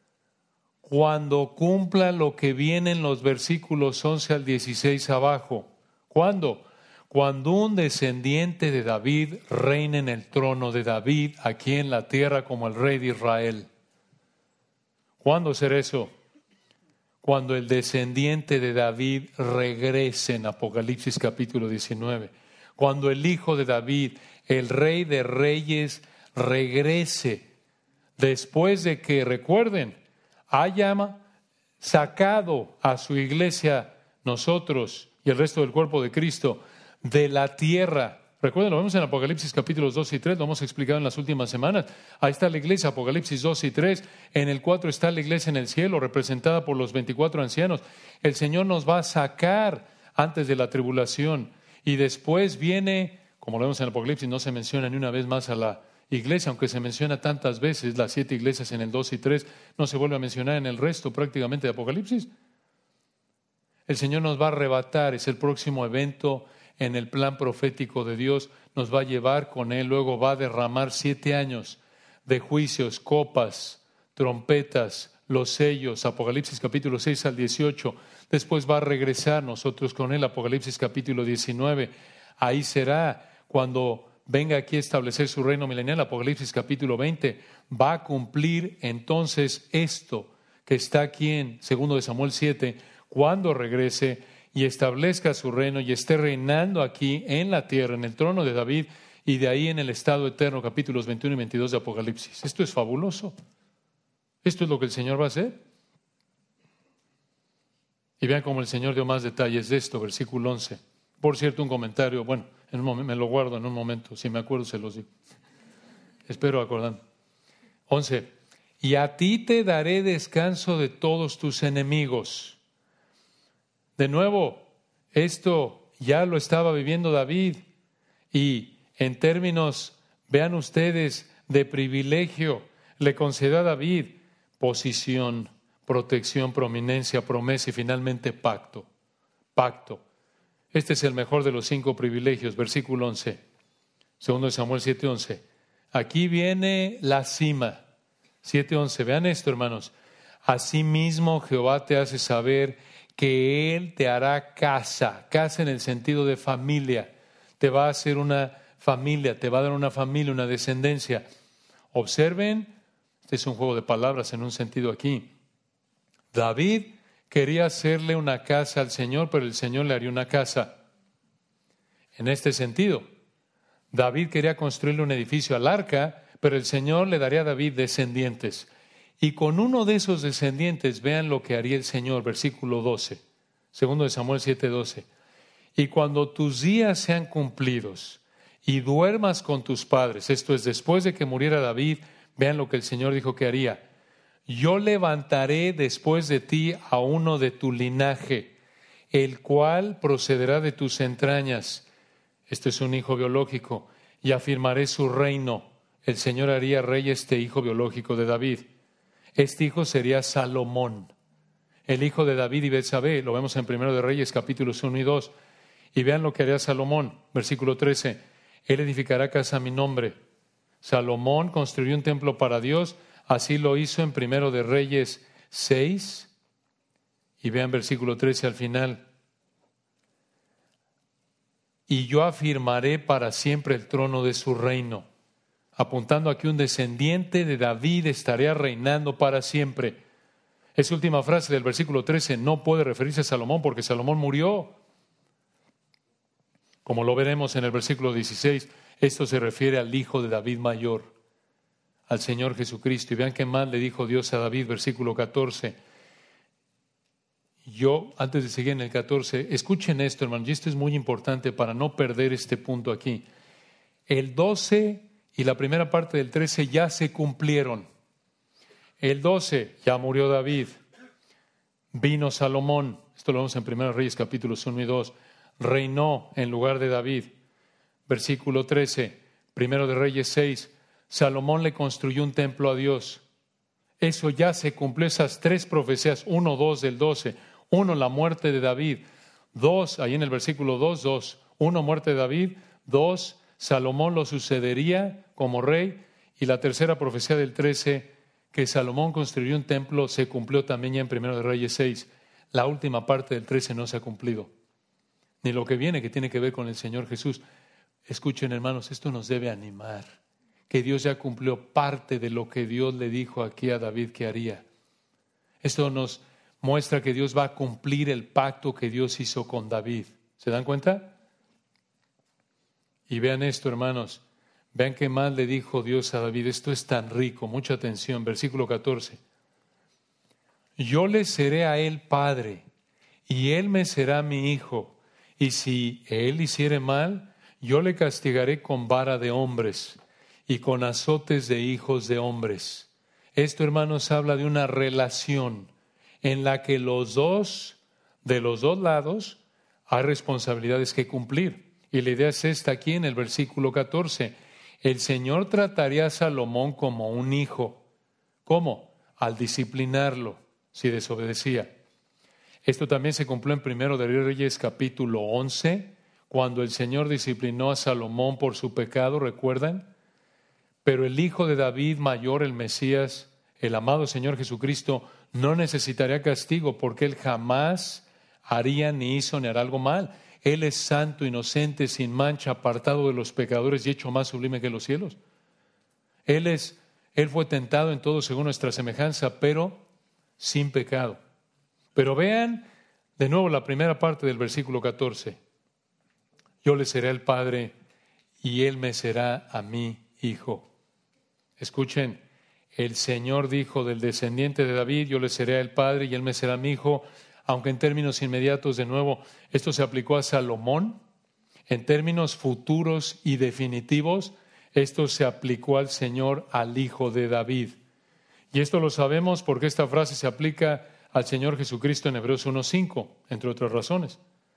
Speaker 1: Cuando cumpla lo que viene en los versículos once al dieciséis abajo. ¿Cuándo? Cuando un descendiente de David reine en el trono de David aquí en la tierra como el rey de Israel. ¿Cuándo será eso? Cuando el descendiente de David regrese en Apocalipsis capítulo diecinueve. Cuando el hijo de David, el rey de reyes, regrese después de que, recuerden, haya sacado a su iglesia, nosotros y el resto del cuerpo de Cristo, de la tierra. Recuerden, lo vemos en Apocalipsis capítulos dos y tres, lo hemos explicado en las últimas semanas. Ahí está la iglesia, Apocalipsis dos y tres. En el cuatro está la iglesia en el cielo, representada por los veinticuatro ancianos. El Señor nos va a sacar antes de la tribulación. Y después viene, como lo vemos en Apocalipsis, no se menciona ni una vez más a la iglesia, aunque se menciona tantas veces, las siete iglesias en el dos y tres, no se vuelve a mencionar en el resto prácticamente de Apocalipsis. El Señor nos va a arrebatar, es el próximo evento en el plan profético de Dios, nos va a llevar con Él, luego va a derramar siete años de juicios, copas, trompetas, los sellos, Apocalipsis capítulo seis al dieciocho, después va a regresar nosotros con Él, Apocalipsis capítulo diecinueve, ahí será cuando venga aquí a establecer su reino milenial, Apocalipsis capítulo veinte, va a cumplir entonces esto que está aquí en segundo de Samuel siete, cuando regrese y establezca su reino y esté reinando aquí en la tierra, en el trono de David, y de ahí en el estado eterno, capítulos veintiuno y veintidós de Apocalipsis. Esto es fabuloso. Esto es lo que el Señor va a hacer. Y vean cómo el Señor dio más detalles de esto, versículo once. Por cierto, un comentario, bueno, en un momento, me lo guardo en un momento, si me acuerdo se los digo. Espero acordar. once. Y a ti te daré descanso de todos tus enemigos. De nuevo, esto ya lo estaba viviendo David y en términos, vean ustedes, de privilegio, le concedió a David posición, protección, prominencia, promesa y finalmente pacto. Pacto. Este es el mejor de los cinco privilegios, versículo once, segundo de Samuel siete once. Aquí viene la cima, siete once. Vean esto, hermanos. Asimismo Jehová te hace saber que Él te hará casa, casa en el sentido de familia. Te va a hacer una familia, te va a dar una familia, una descendencia. Observen, este es un juego de palabras en un sentido aquí. David quería hacerle una casa al Señor, pero el Señor le haría una casa. En este sentido, David quería construirle un edificio al arca, pero el Señor le daría a David descendientes. Y con uno de esos descendientes, vean lo que haría el Señor, versículo doce, segundo de Samuel siete doce. Y cuando tus días sean cumplidos y duermas con tus padres, esto es después de que muriera David, vean lo que el Señor dijo que haría. Yo levantaré después de ti a uno de tu linaje, el cual procederá de tus entrañas. Este es un hijo biológico, y afirmaré su reino. El Señor haría rey este hijo biológico de David. Este hijo sería Salomón, el hijo de David y Betsabé. Lo vemos en Primero de Reyes, capítulos uno y dos. Y vean lo que haría Salomón, versículo trece. Él edificará casa a mi nombre. Salomón construyó un templo para Dios. Así lo hizo en Primero de Reyes seis. Y vean versículo trece al final. Y yo afirmaré para siempre el trono de su reino. Apuntando aquí un descendiente de David estaría reinando para siempre. Esa última frase del versículo trece no puede referirse a Salomón porque Salomón murió. Como lo veremos en el versículo dieciséis, esto se refiere al hijo de David mayor, al Señor Jesucristo. Y vean qué más le dijo Dios a David, versículo catorce. Yo, antes de seguir en el catorce, escuchen esto, hermanos, y esto es muy importante para no perder este punto aquí. El doce y la primera parte del trece ya se cumplieron. El doce, ya murió David, vino Salomón, esto lo vemos en Primero Reyes capítulos uno y dos, reinó en lugar de David. Versículo trece, Primero de Reyes seis, Salomón le construyó un templo a Dios. Eso ya se cumplió, esas tres profecías, uno, dos del doce, uno, la muerte de David, dos, ahí en el versículo dos, dos, uno, muerte de David, dos, Salomón lo sucedería como rey, y la tercera profecía del trece, que Salomón construyó un templo, se cumplió también ya en Primero de Reyes seis. La última parte del trece no se ha cumplido, ni lo que viene que tiene que ver con el Señor Jesús. Escuchen, hermanos, esto nos debe animar, que Dios ya cumplió parte de lo que Dios le dijo aquí a David que haría. Esto nos muestra que Dios va a cumplir el pacto que Dios hizo con David. ¿Se dan cuenta? Y vean esto, hermanos, vean qué más le dijo Dios a David. Esto es tan rico, mucha atención. Versículo catorce. Yo le seré a él padre, y él me será mi hijo. Y si él hiciere mal, yo le castigaré con vara de hombres y con azotes de hijos de hombres. Esto, hermanos, habla de una relación en la que los dos, de los dos lados, hay responsabilidades que cumplir. Y la idea es esta aquí en el versículo catorce. El Señor trataría a Salomón como un hijo. ¿Cómo? Al disciplinarlo, si desobedecía. Esto también se cumplió en Primero de Reyes capítulo once, cuando el Señor disciplinó a Salomón por su pecado, ¿recuerdan? Pero el Hijo de David mayor, el Mesías, el amado Señor Jesucristo, no necesitaría castigo porque Él jamás haría ni hizo ni hará algo mal. Él es santo, inocente, sin mancha, apartado de los pecadores y hecho más sublime que los cielos. Él es, Él fue tentado en todo según nuestra semejanza, pero sin pecado. Pero vean de nuevo la primera parte del versículo catorce. Yo le seré el Padre y Él me será a mí hijo. Escuchen, el Señor dijo del descendiente de David, yo le seré el Padre y Él me será mi hijo, aunque en términos inmediatos, de nuevo, esto se aplicó a Salomón. En términos futuros y definitivos, esto se aplicó al Señor, al Hijo de David. Y esto lo sabemos porque esta frase se aplica al Señor Jesucristo en Hebreos uno cinco, entre otras razones.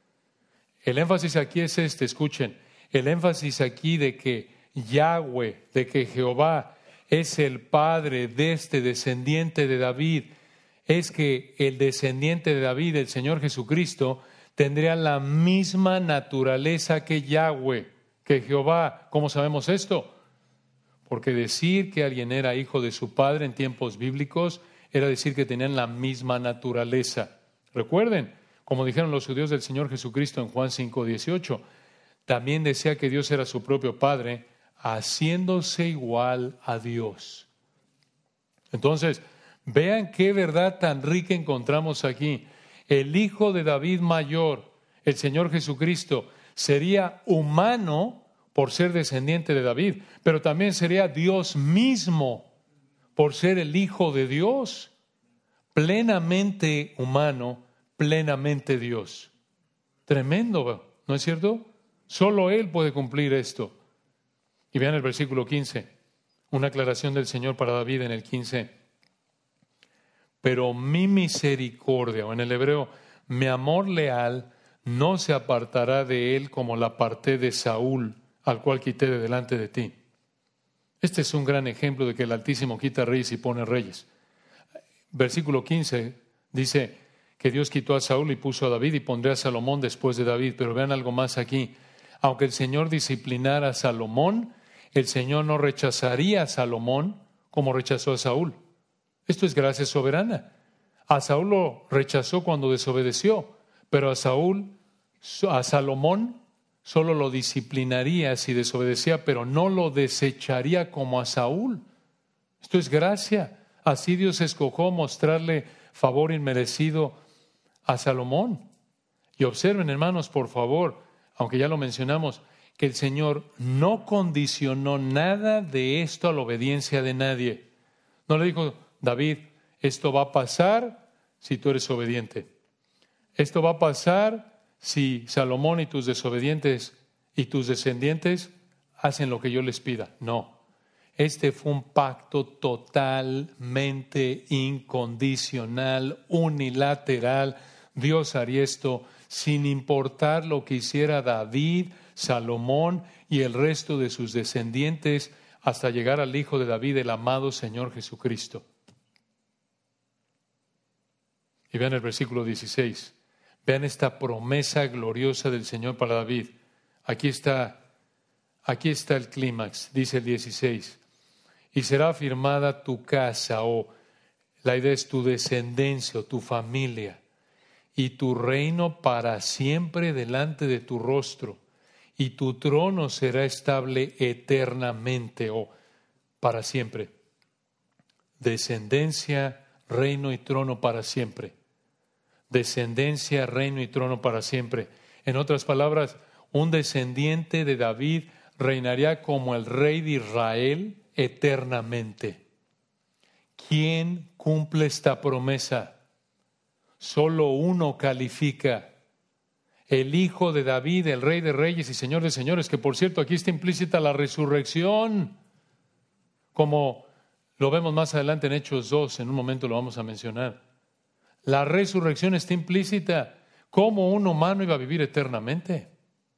Speaker 1: El énfasis aquí es este, escuchen, el énfasis aquí de que Yahweh, de que Jehová es el Padre de este descendiente de David, es que el descendiente de David, el Señor Jesucristo, tendría la misma naturaleza que Yahweh, que Jehová. ¿Cómo sabemos esto? Porque decir que alguien era hijo de su padre en tiempos bíblicos era decir que tenían la misma naturaleza. Recuerden, como dijeron los judíos del Señor Jesucristo en Juan cinco dieciocho, también decía que Dios era su propio Padre, haciéndose igual a Dios. Entonces, vean qué verdad tan rica encontramos aquí. El Hijo de David mayor, el Señor Jesucristo, sería humano por ser descendiente de David, pero también sería Dios mismo por ser el Hijo de Dios, plenamente humano, plenamente Dios. Tremendo, ¿no es cierto? Solo Él puede cumplir esto. Y vean el versículo quince, una aclaración del Señor para David en el quince. Pero mi misericordia, o en el hebreo, mi amor leal, no se apartará de él como la aparté de Saúl, al cual quité de delante de ti. Este es un gran ejemplo de que el Altísimo quita reyes y pone reyes. Versículo quince dice que Dios quitó a Saúl y puso a David y pondré a Salomón después de David. Pero vean algo más aquí. Aunque el Señor disciplinara a Salomón, el Señor no rechazaría a Salomón como rechazó a Saúl. Esto es gracia soberana. A Saúl lo rechazó cuando desobedeció, pero a Saúl, a Salomón, solo lo disciplinaría si desobedecía, pero no lo desecharía como a Saúl. Esto es gracia. Así Dios escogió mostrarle favor inmerecido a Salomón. Y observen, hermanos, por favor, aunque ya lo mencionamos, que el Señor no condicionó nada de esto a la obediencia de nadie. No le dijo, David, esto va a pasar si tú eres obediente. Esto va a pasar si Salomón y tus desobedientes y tus descendientes hacen lo que yo les pida. No. Este fue un pacto totalmente incondicional, unilateral. Dios haría esto sin importar lo que hiciera David, Salomón y el resto de sus descendientes hasta llegar al Hijo de David, el amado Señor Jesucristo. Y vean el versículo dieciséis. Vean esta promesa gloriosa del Señor para David. Aquí está, aquí está el clímax, dice el dieciséis. Y será afirmada tu casa, o la idea es tu descendencia, o tu familia, y tu reino para siempre delante de tu rostro, y tu trono será estable eternamente, o para siempre. Descendencia, reino y trono para siempre. Descendencia, reino y trono para siempre. En otras palabras, un descendiente de David reinaría como el rey de Israel eternamente. ¿Quién cumple esta promesa? Solo uno califica. El Hijo de David, el Rey de Reyes y Señor de Señores, que por cierto aquí está implícita la resurrección, como lo vemos más adelante en Hechos dos, en un momento lo vamos a mencionar. La resurrección está implícita. ¿Cómo un humano iba a vivir eternamente?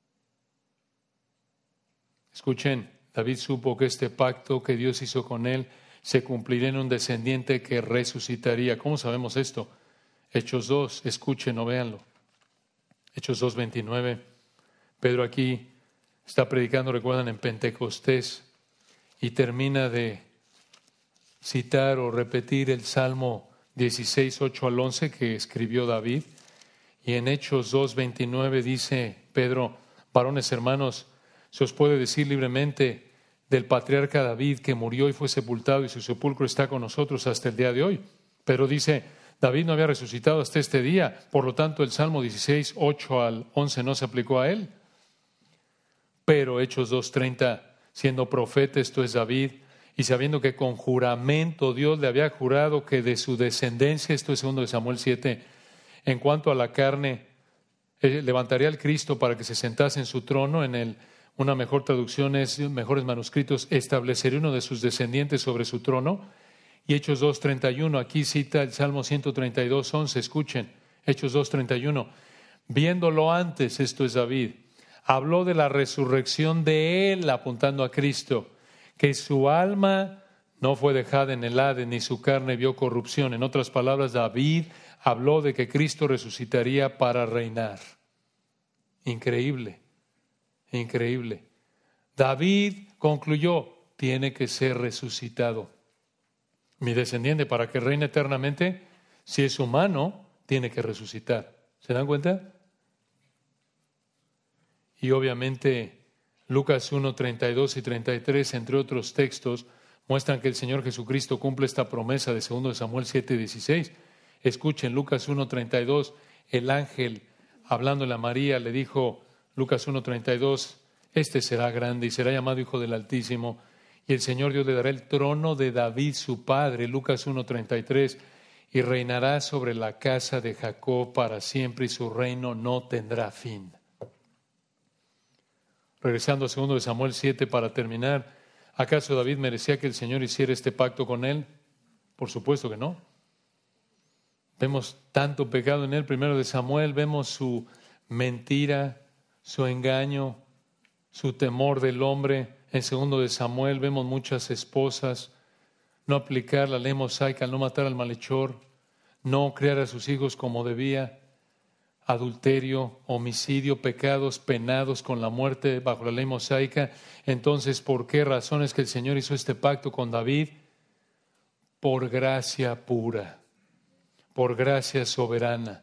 Speaker 1: Escuchen, David supo que este pacto que Dios hizo con él se cumpliría en un descendiente que resucitaría. ¿Cómo sabemos esto? Hechos dos, escuchen o véanlo. Hechos dos, veintinueve. Pedro aquí está predicando, recuerdan, en Pentecostés y termina de citar o repetir el Salmo dieciséis, ocho al once que escribió David. Y en Hechos dos, veintinueve dice Pedro: varones hermanos, se os puede decir libremente del patriarca David, que murió y fue sepultado, y su sepulcro está con nosotros hasta el día de hoy. Pero dice, David no había resucitado hasta este día, por lo tanto el Salmo dieciséis, ocho al once no se aplicó a él. Pero Hechos dos, treinta, siendo profeta, esto es David, y sabiendo que con juramento Dios le había jurado que de su descendencia, esto es segundo de Samuel siete, en cuanto a la carne, eh, levantaría al Cristo para que se sentase en su trono. En el, una mejor traducción es, mejores manuscritos, establecería uno de sus descendientes sobre su trono. Y Hechos dos, treinta y uno, aquí cita el Salmo ciento treinta y dos, once, escuchen, Hechos dos, treinta y uno, viéndolo antes, esto es David, habló de la resurrección de él, apuntando a Cristo, que su alma no fue dejada en el Hades, ni su carne vio corrupción. En otras palabras, David habló de que Cristo resucitaría para reinar. Increíble, increíble. David concluyó, tiene que ser resucitado. Mi descendiente, para que reine eternamente, si es humano, tiene que resucitar. ¿Se dan cuenta? Y obviamente Lucas uno, treinta y dos y treinta y tres, entre otros textos, muestran que el Señor Jesucristo cumple esta promesa de segundo de Samuel siete, dieciséis. Escuchen, Lucas uno, treinta y dos, el ángel hablándole a María le dijo, Lucas uno, treinta y dos, este será grande y será llamado Hijo del Altísimo, y el Señor Dios le dará el trono de David su padre, Lucas uno, treinta y tres, y reinará sobre la casa de Jacob para siempre, y su reino no tendrá fin. Regresando a segundo de Samuel siete para terminar, ¿acaso David merecía que el Señor hiciera este pacto con él? Por supuesto que no. Vemos tanto pecado en él. Primero de Samuel vemos su mentira, su engaño, su temor del hombre. En segundo de Samuel vemos muchas esposas, no aplicar la ley mosaica, no matar al malhechor, no criar a sus hijos como debía, adulterio, homicidio, pecados penados con la muerte bajo la ley mosaica. Entonces, ¿por qué razones que el Señor hizo este pacto con David? Por gracia pura, por gracia soberana.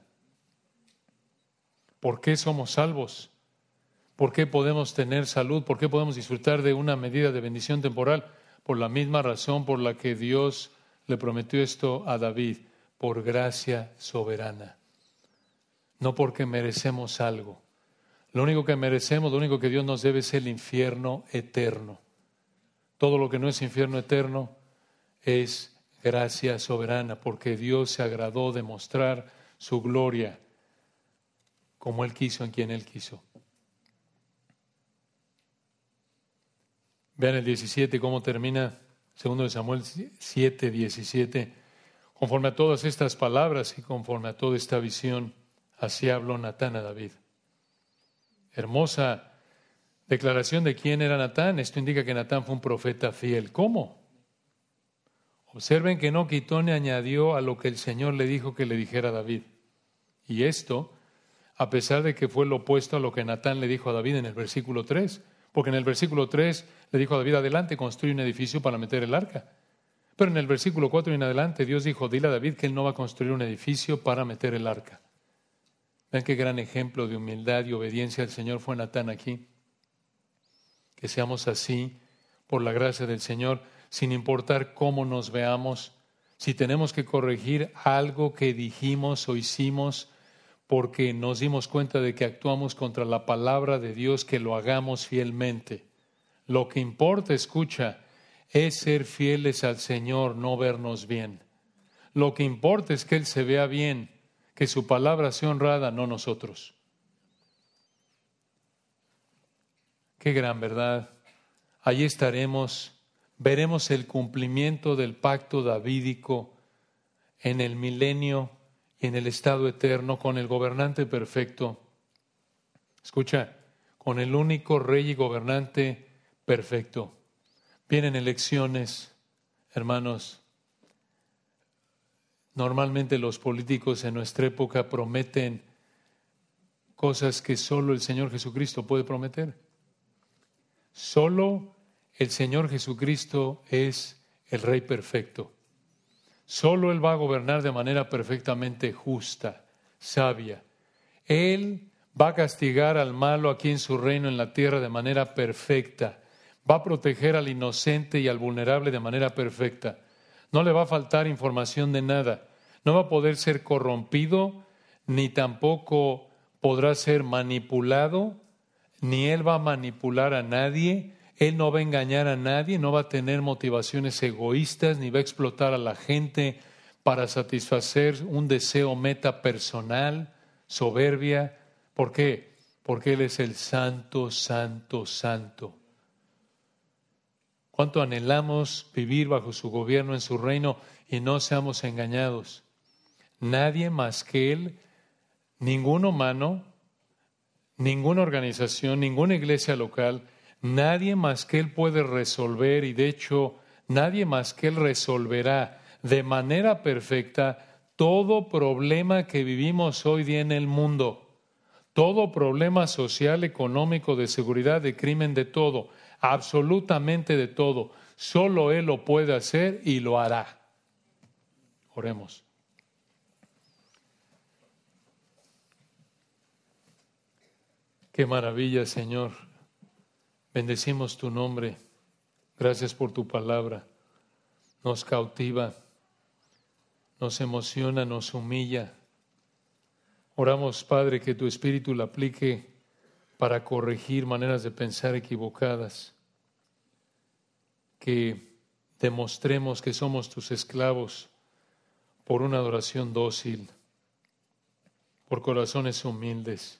Speaker 1: ¿Por qué somos salvos? ¿Por qué podemos tener salud? ¿Por qué podemos disfrutar de una medida de bendición temporal? Por la misma razón por la que Dios le prometió esto a David, por gracia soberana. No porque merecemos algo. Lo único que merecemos, lo único que Dios nos debe es el infierno eterno. Todo lo que no es infierno eterno es gracia soberana, porque Dios se agradó de mostrar su gloria como Él quiso, en quien Él quiso. Vean el diecisiete, cómo termina segundo de Samuel siete, diecisiete. Conforme a todas estas palabras y conforme a toda esta visión, así habló Natán a David. Hermosa declaración de quién era Natán. Esto indica que Natán fue un profeta fiel. ¿Cómo? Observen que no quitó ni añadió a lo que el Señor le dijo que le dijera a David. Y esto, a pesar de que fue lo opuesto a lo que Natán le dijo a David en el versículo tres. Porque en el versículo tres le dijo a David, adelante, construye un edificio para meter el arca. Pero en el versículo cuatro y en adelante, Dios dijo, dile a David que él no va a construir un edificio para meter el arca. Vean qué gran ejemplo de humildad y obediencia al Señor fue Natán aquí. Que seamos así, por la gracia del Señor, sin importar cómo nos veamos. Si tenemos que corregir algo que dijimos o hicimos, porque nos dimos cuenta de que actuamos contra la palabra de Dios, que lo hagamos fielmente. Lo que importa, escucha, es ser fieles al Señor, no vernos bien. Lo que importa es que Él se vea bien, que su palabra sea honrada, no nosotros. Qué gran verdad. Allí estaremos, veremos el cumplimiento del pacto davídico en el milenio y en el estado eterno con el gobernante perfecto. Escucha, con el único rey y gobernante perfecto. Vienen elecciones, hermanos. Normalmente los políticos en nuestra época prometen cosas que solo el Señor Jesucristo puede prometer. Solo el Señor Jesucristo es el Rey perfecto. Solo Él va a gobernar de manera perfectamente justa, sabia. Él va a castigar al malo aquí en su reino en la tierra de manera perfecta. Va a proteger al inocente y al vulnerable de manera perfecta. No le va a faltar información de nada. No va a poder ser corrompido, ni tampoco podrá ser manipulado, ni Él va a manipular a nadie. Él no va a engañar a nadie, no va a tener motivaciones egoístas, ni va a explotar a la gente para satisfacer un deseo meta personal, soberbia. ¿Por qué? Porque Él es el santo, santo, santo. ¿Cuánto anhelamos vivir bajo su gobierno en su reino y no seamos engañados? Nadie más que Él, ningún humano, ninguna organización, ninguna iglesia local, nadie más que Él puede resolver, y de hecho nadie más que Él resolverá de manera perfecta todo problema que vivimos hoy día en el mundo. Todo problema social, económico, de seguridad, de crimen, de todo. Absolutamente de todo. Solo Él lo puede hacer y lo hará. Oremos. Qué maravilla, Señor. Bendecimos tu nombre. Gracias por tu palabra. Nos cautiva, nos emociona, nos humilla. Oramos, Padre, que tu Espíritu la aplique para corregir maneras de pensar equivocadas. Que demostremos que somos tus esclavos por una adoración dócil, por corazones humildes,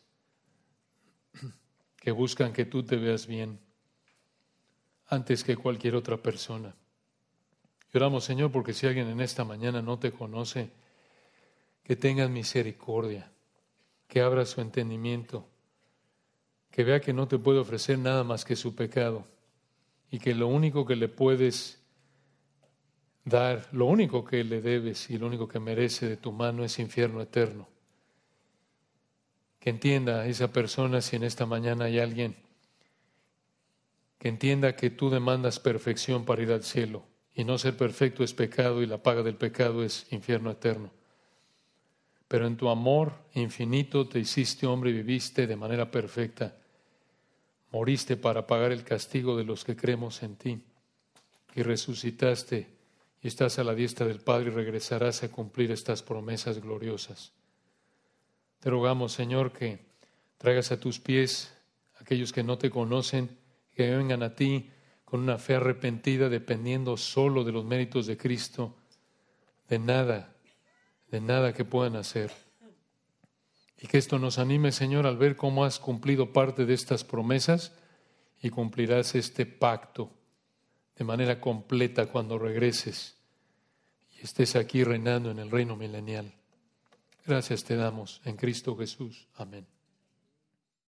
Speaker 1: que buscan que tú te veas bien antes que cualquier otra persona. Y oramos, Señor, porque si alguien en esta mañana no te conoce, que tengas misericordia, que abra su entendimiento, que vea que no te puede ofrecer nada más que su pecado y que lo único que le puedes dar, lo único que le debes y lo único que merece de tu mano es infierno eterno. Que entienda esa persona, si en esta mañana hay alguien que entienda que tú demandas perfección para ir al cielo y no ser perfecto es pecado y la paga del pecado es infierno eterno. Pero en tu amor infinito te hiciste hombre y viviste de manera perfecta. Moriste para pagar el castigo de los que creemos en ti y resucitaste y estás a la diestra del Padre y regresarás a cumplir estas promesas gloriosas. Te rogamos, Señor, que traigas a tus pies a aquellos que no te conocen, que vengan a ti con una fe arrepentida, dependiendo solo de los méritos de Cristo, de nada, de nada que puedan hacer. Y que esto nos anime, Señor, al ver cómo has cumplido parte de estas promesas y cumplirás este pacto de manera completa cuando regreses y estés aquí reinando en el reino milenial. Gracias te damos en Cristo Jesús. Amén.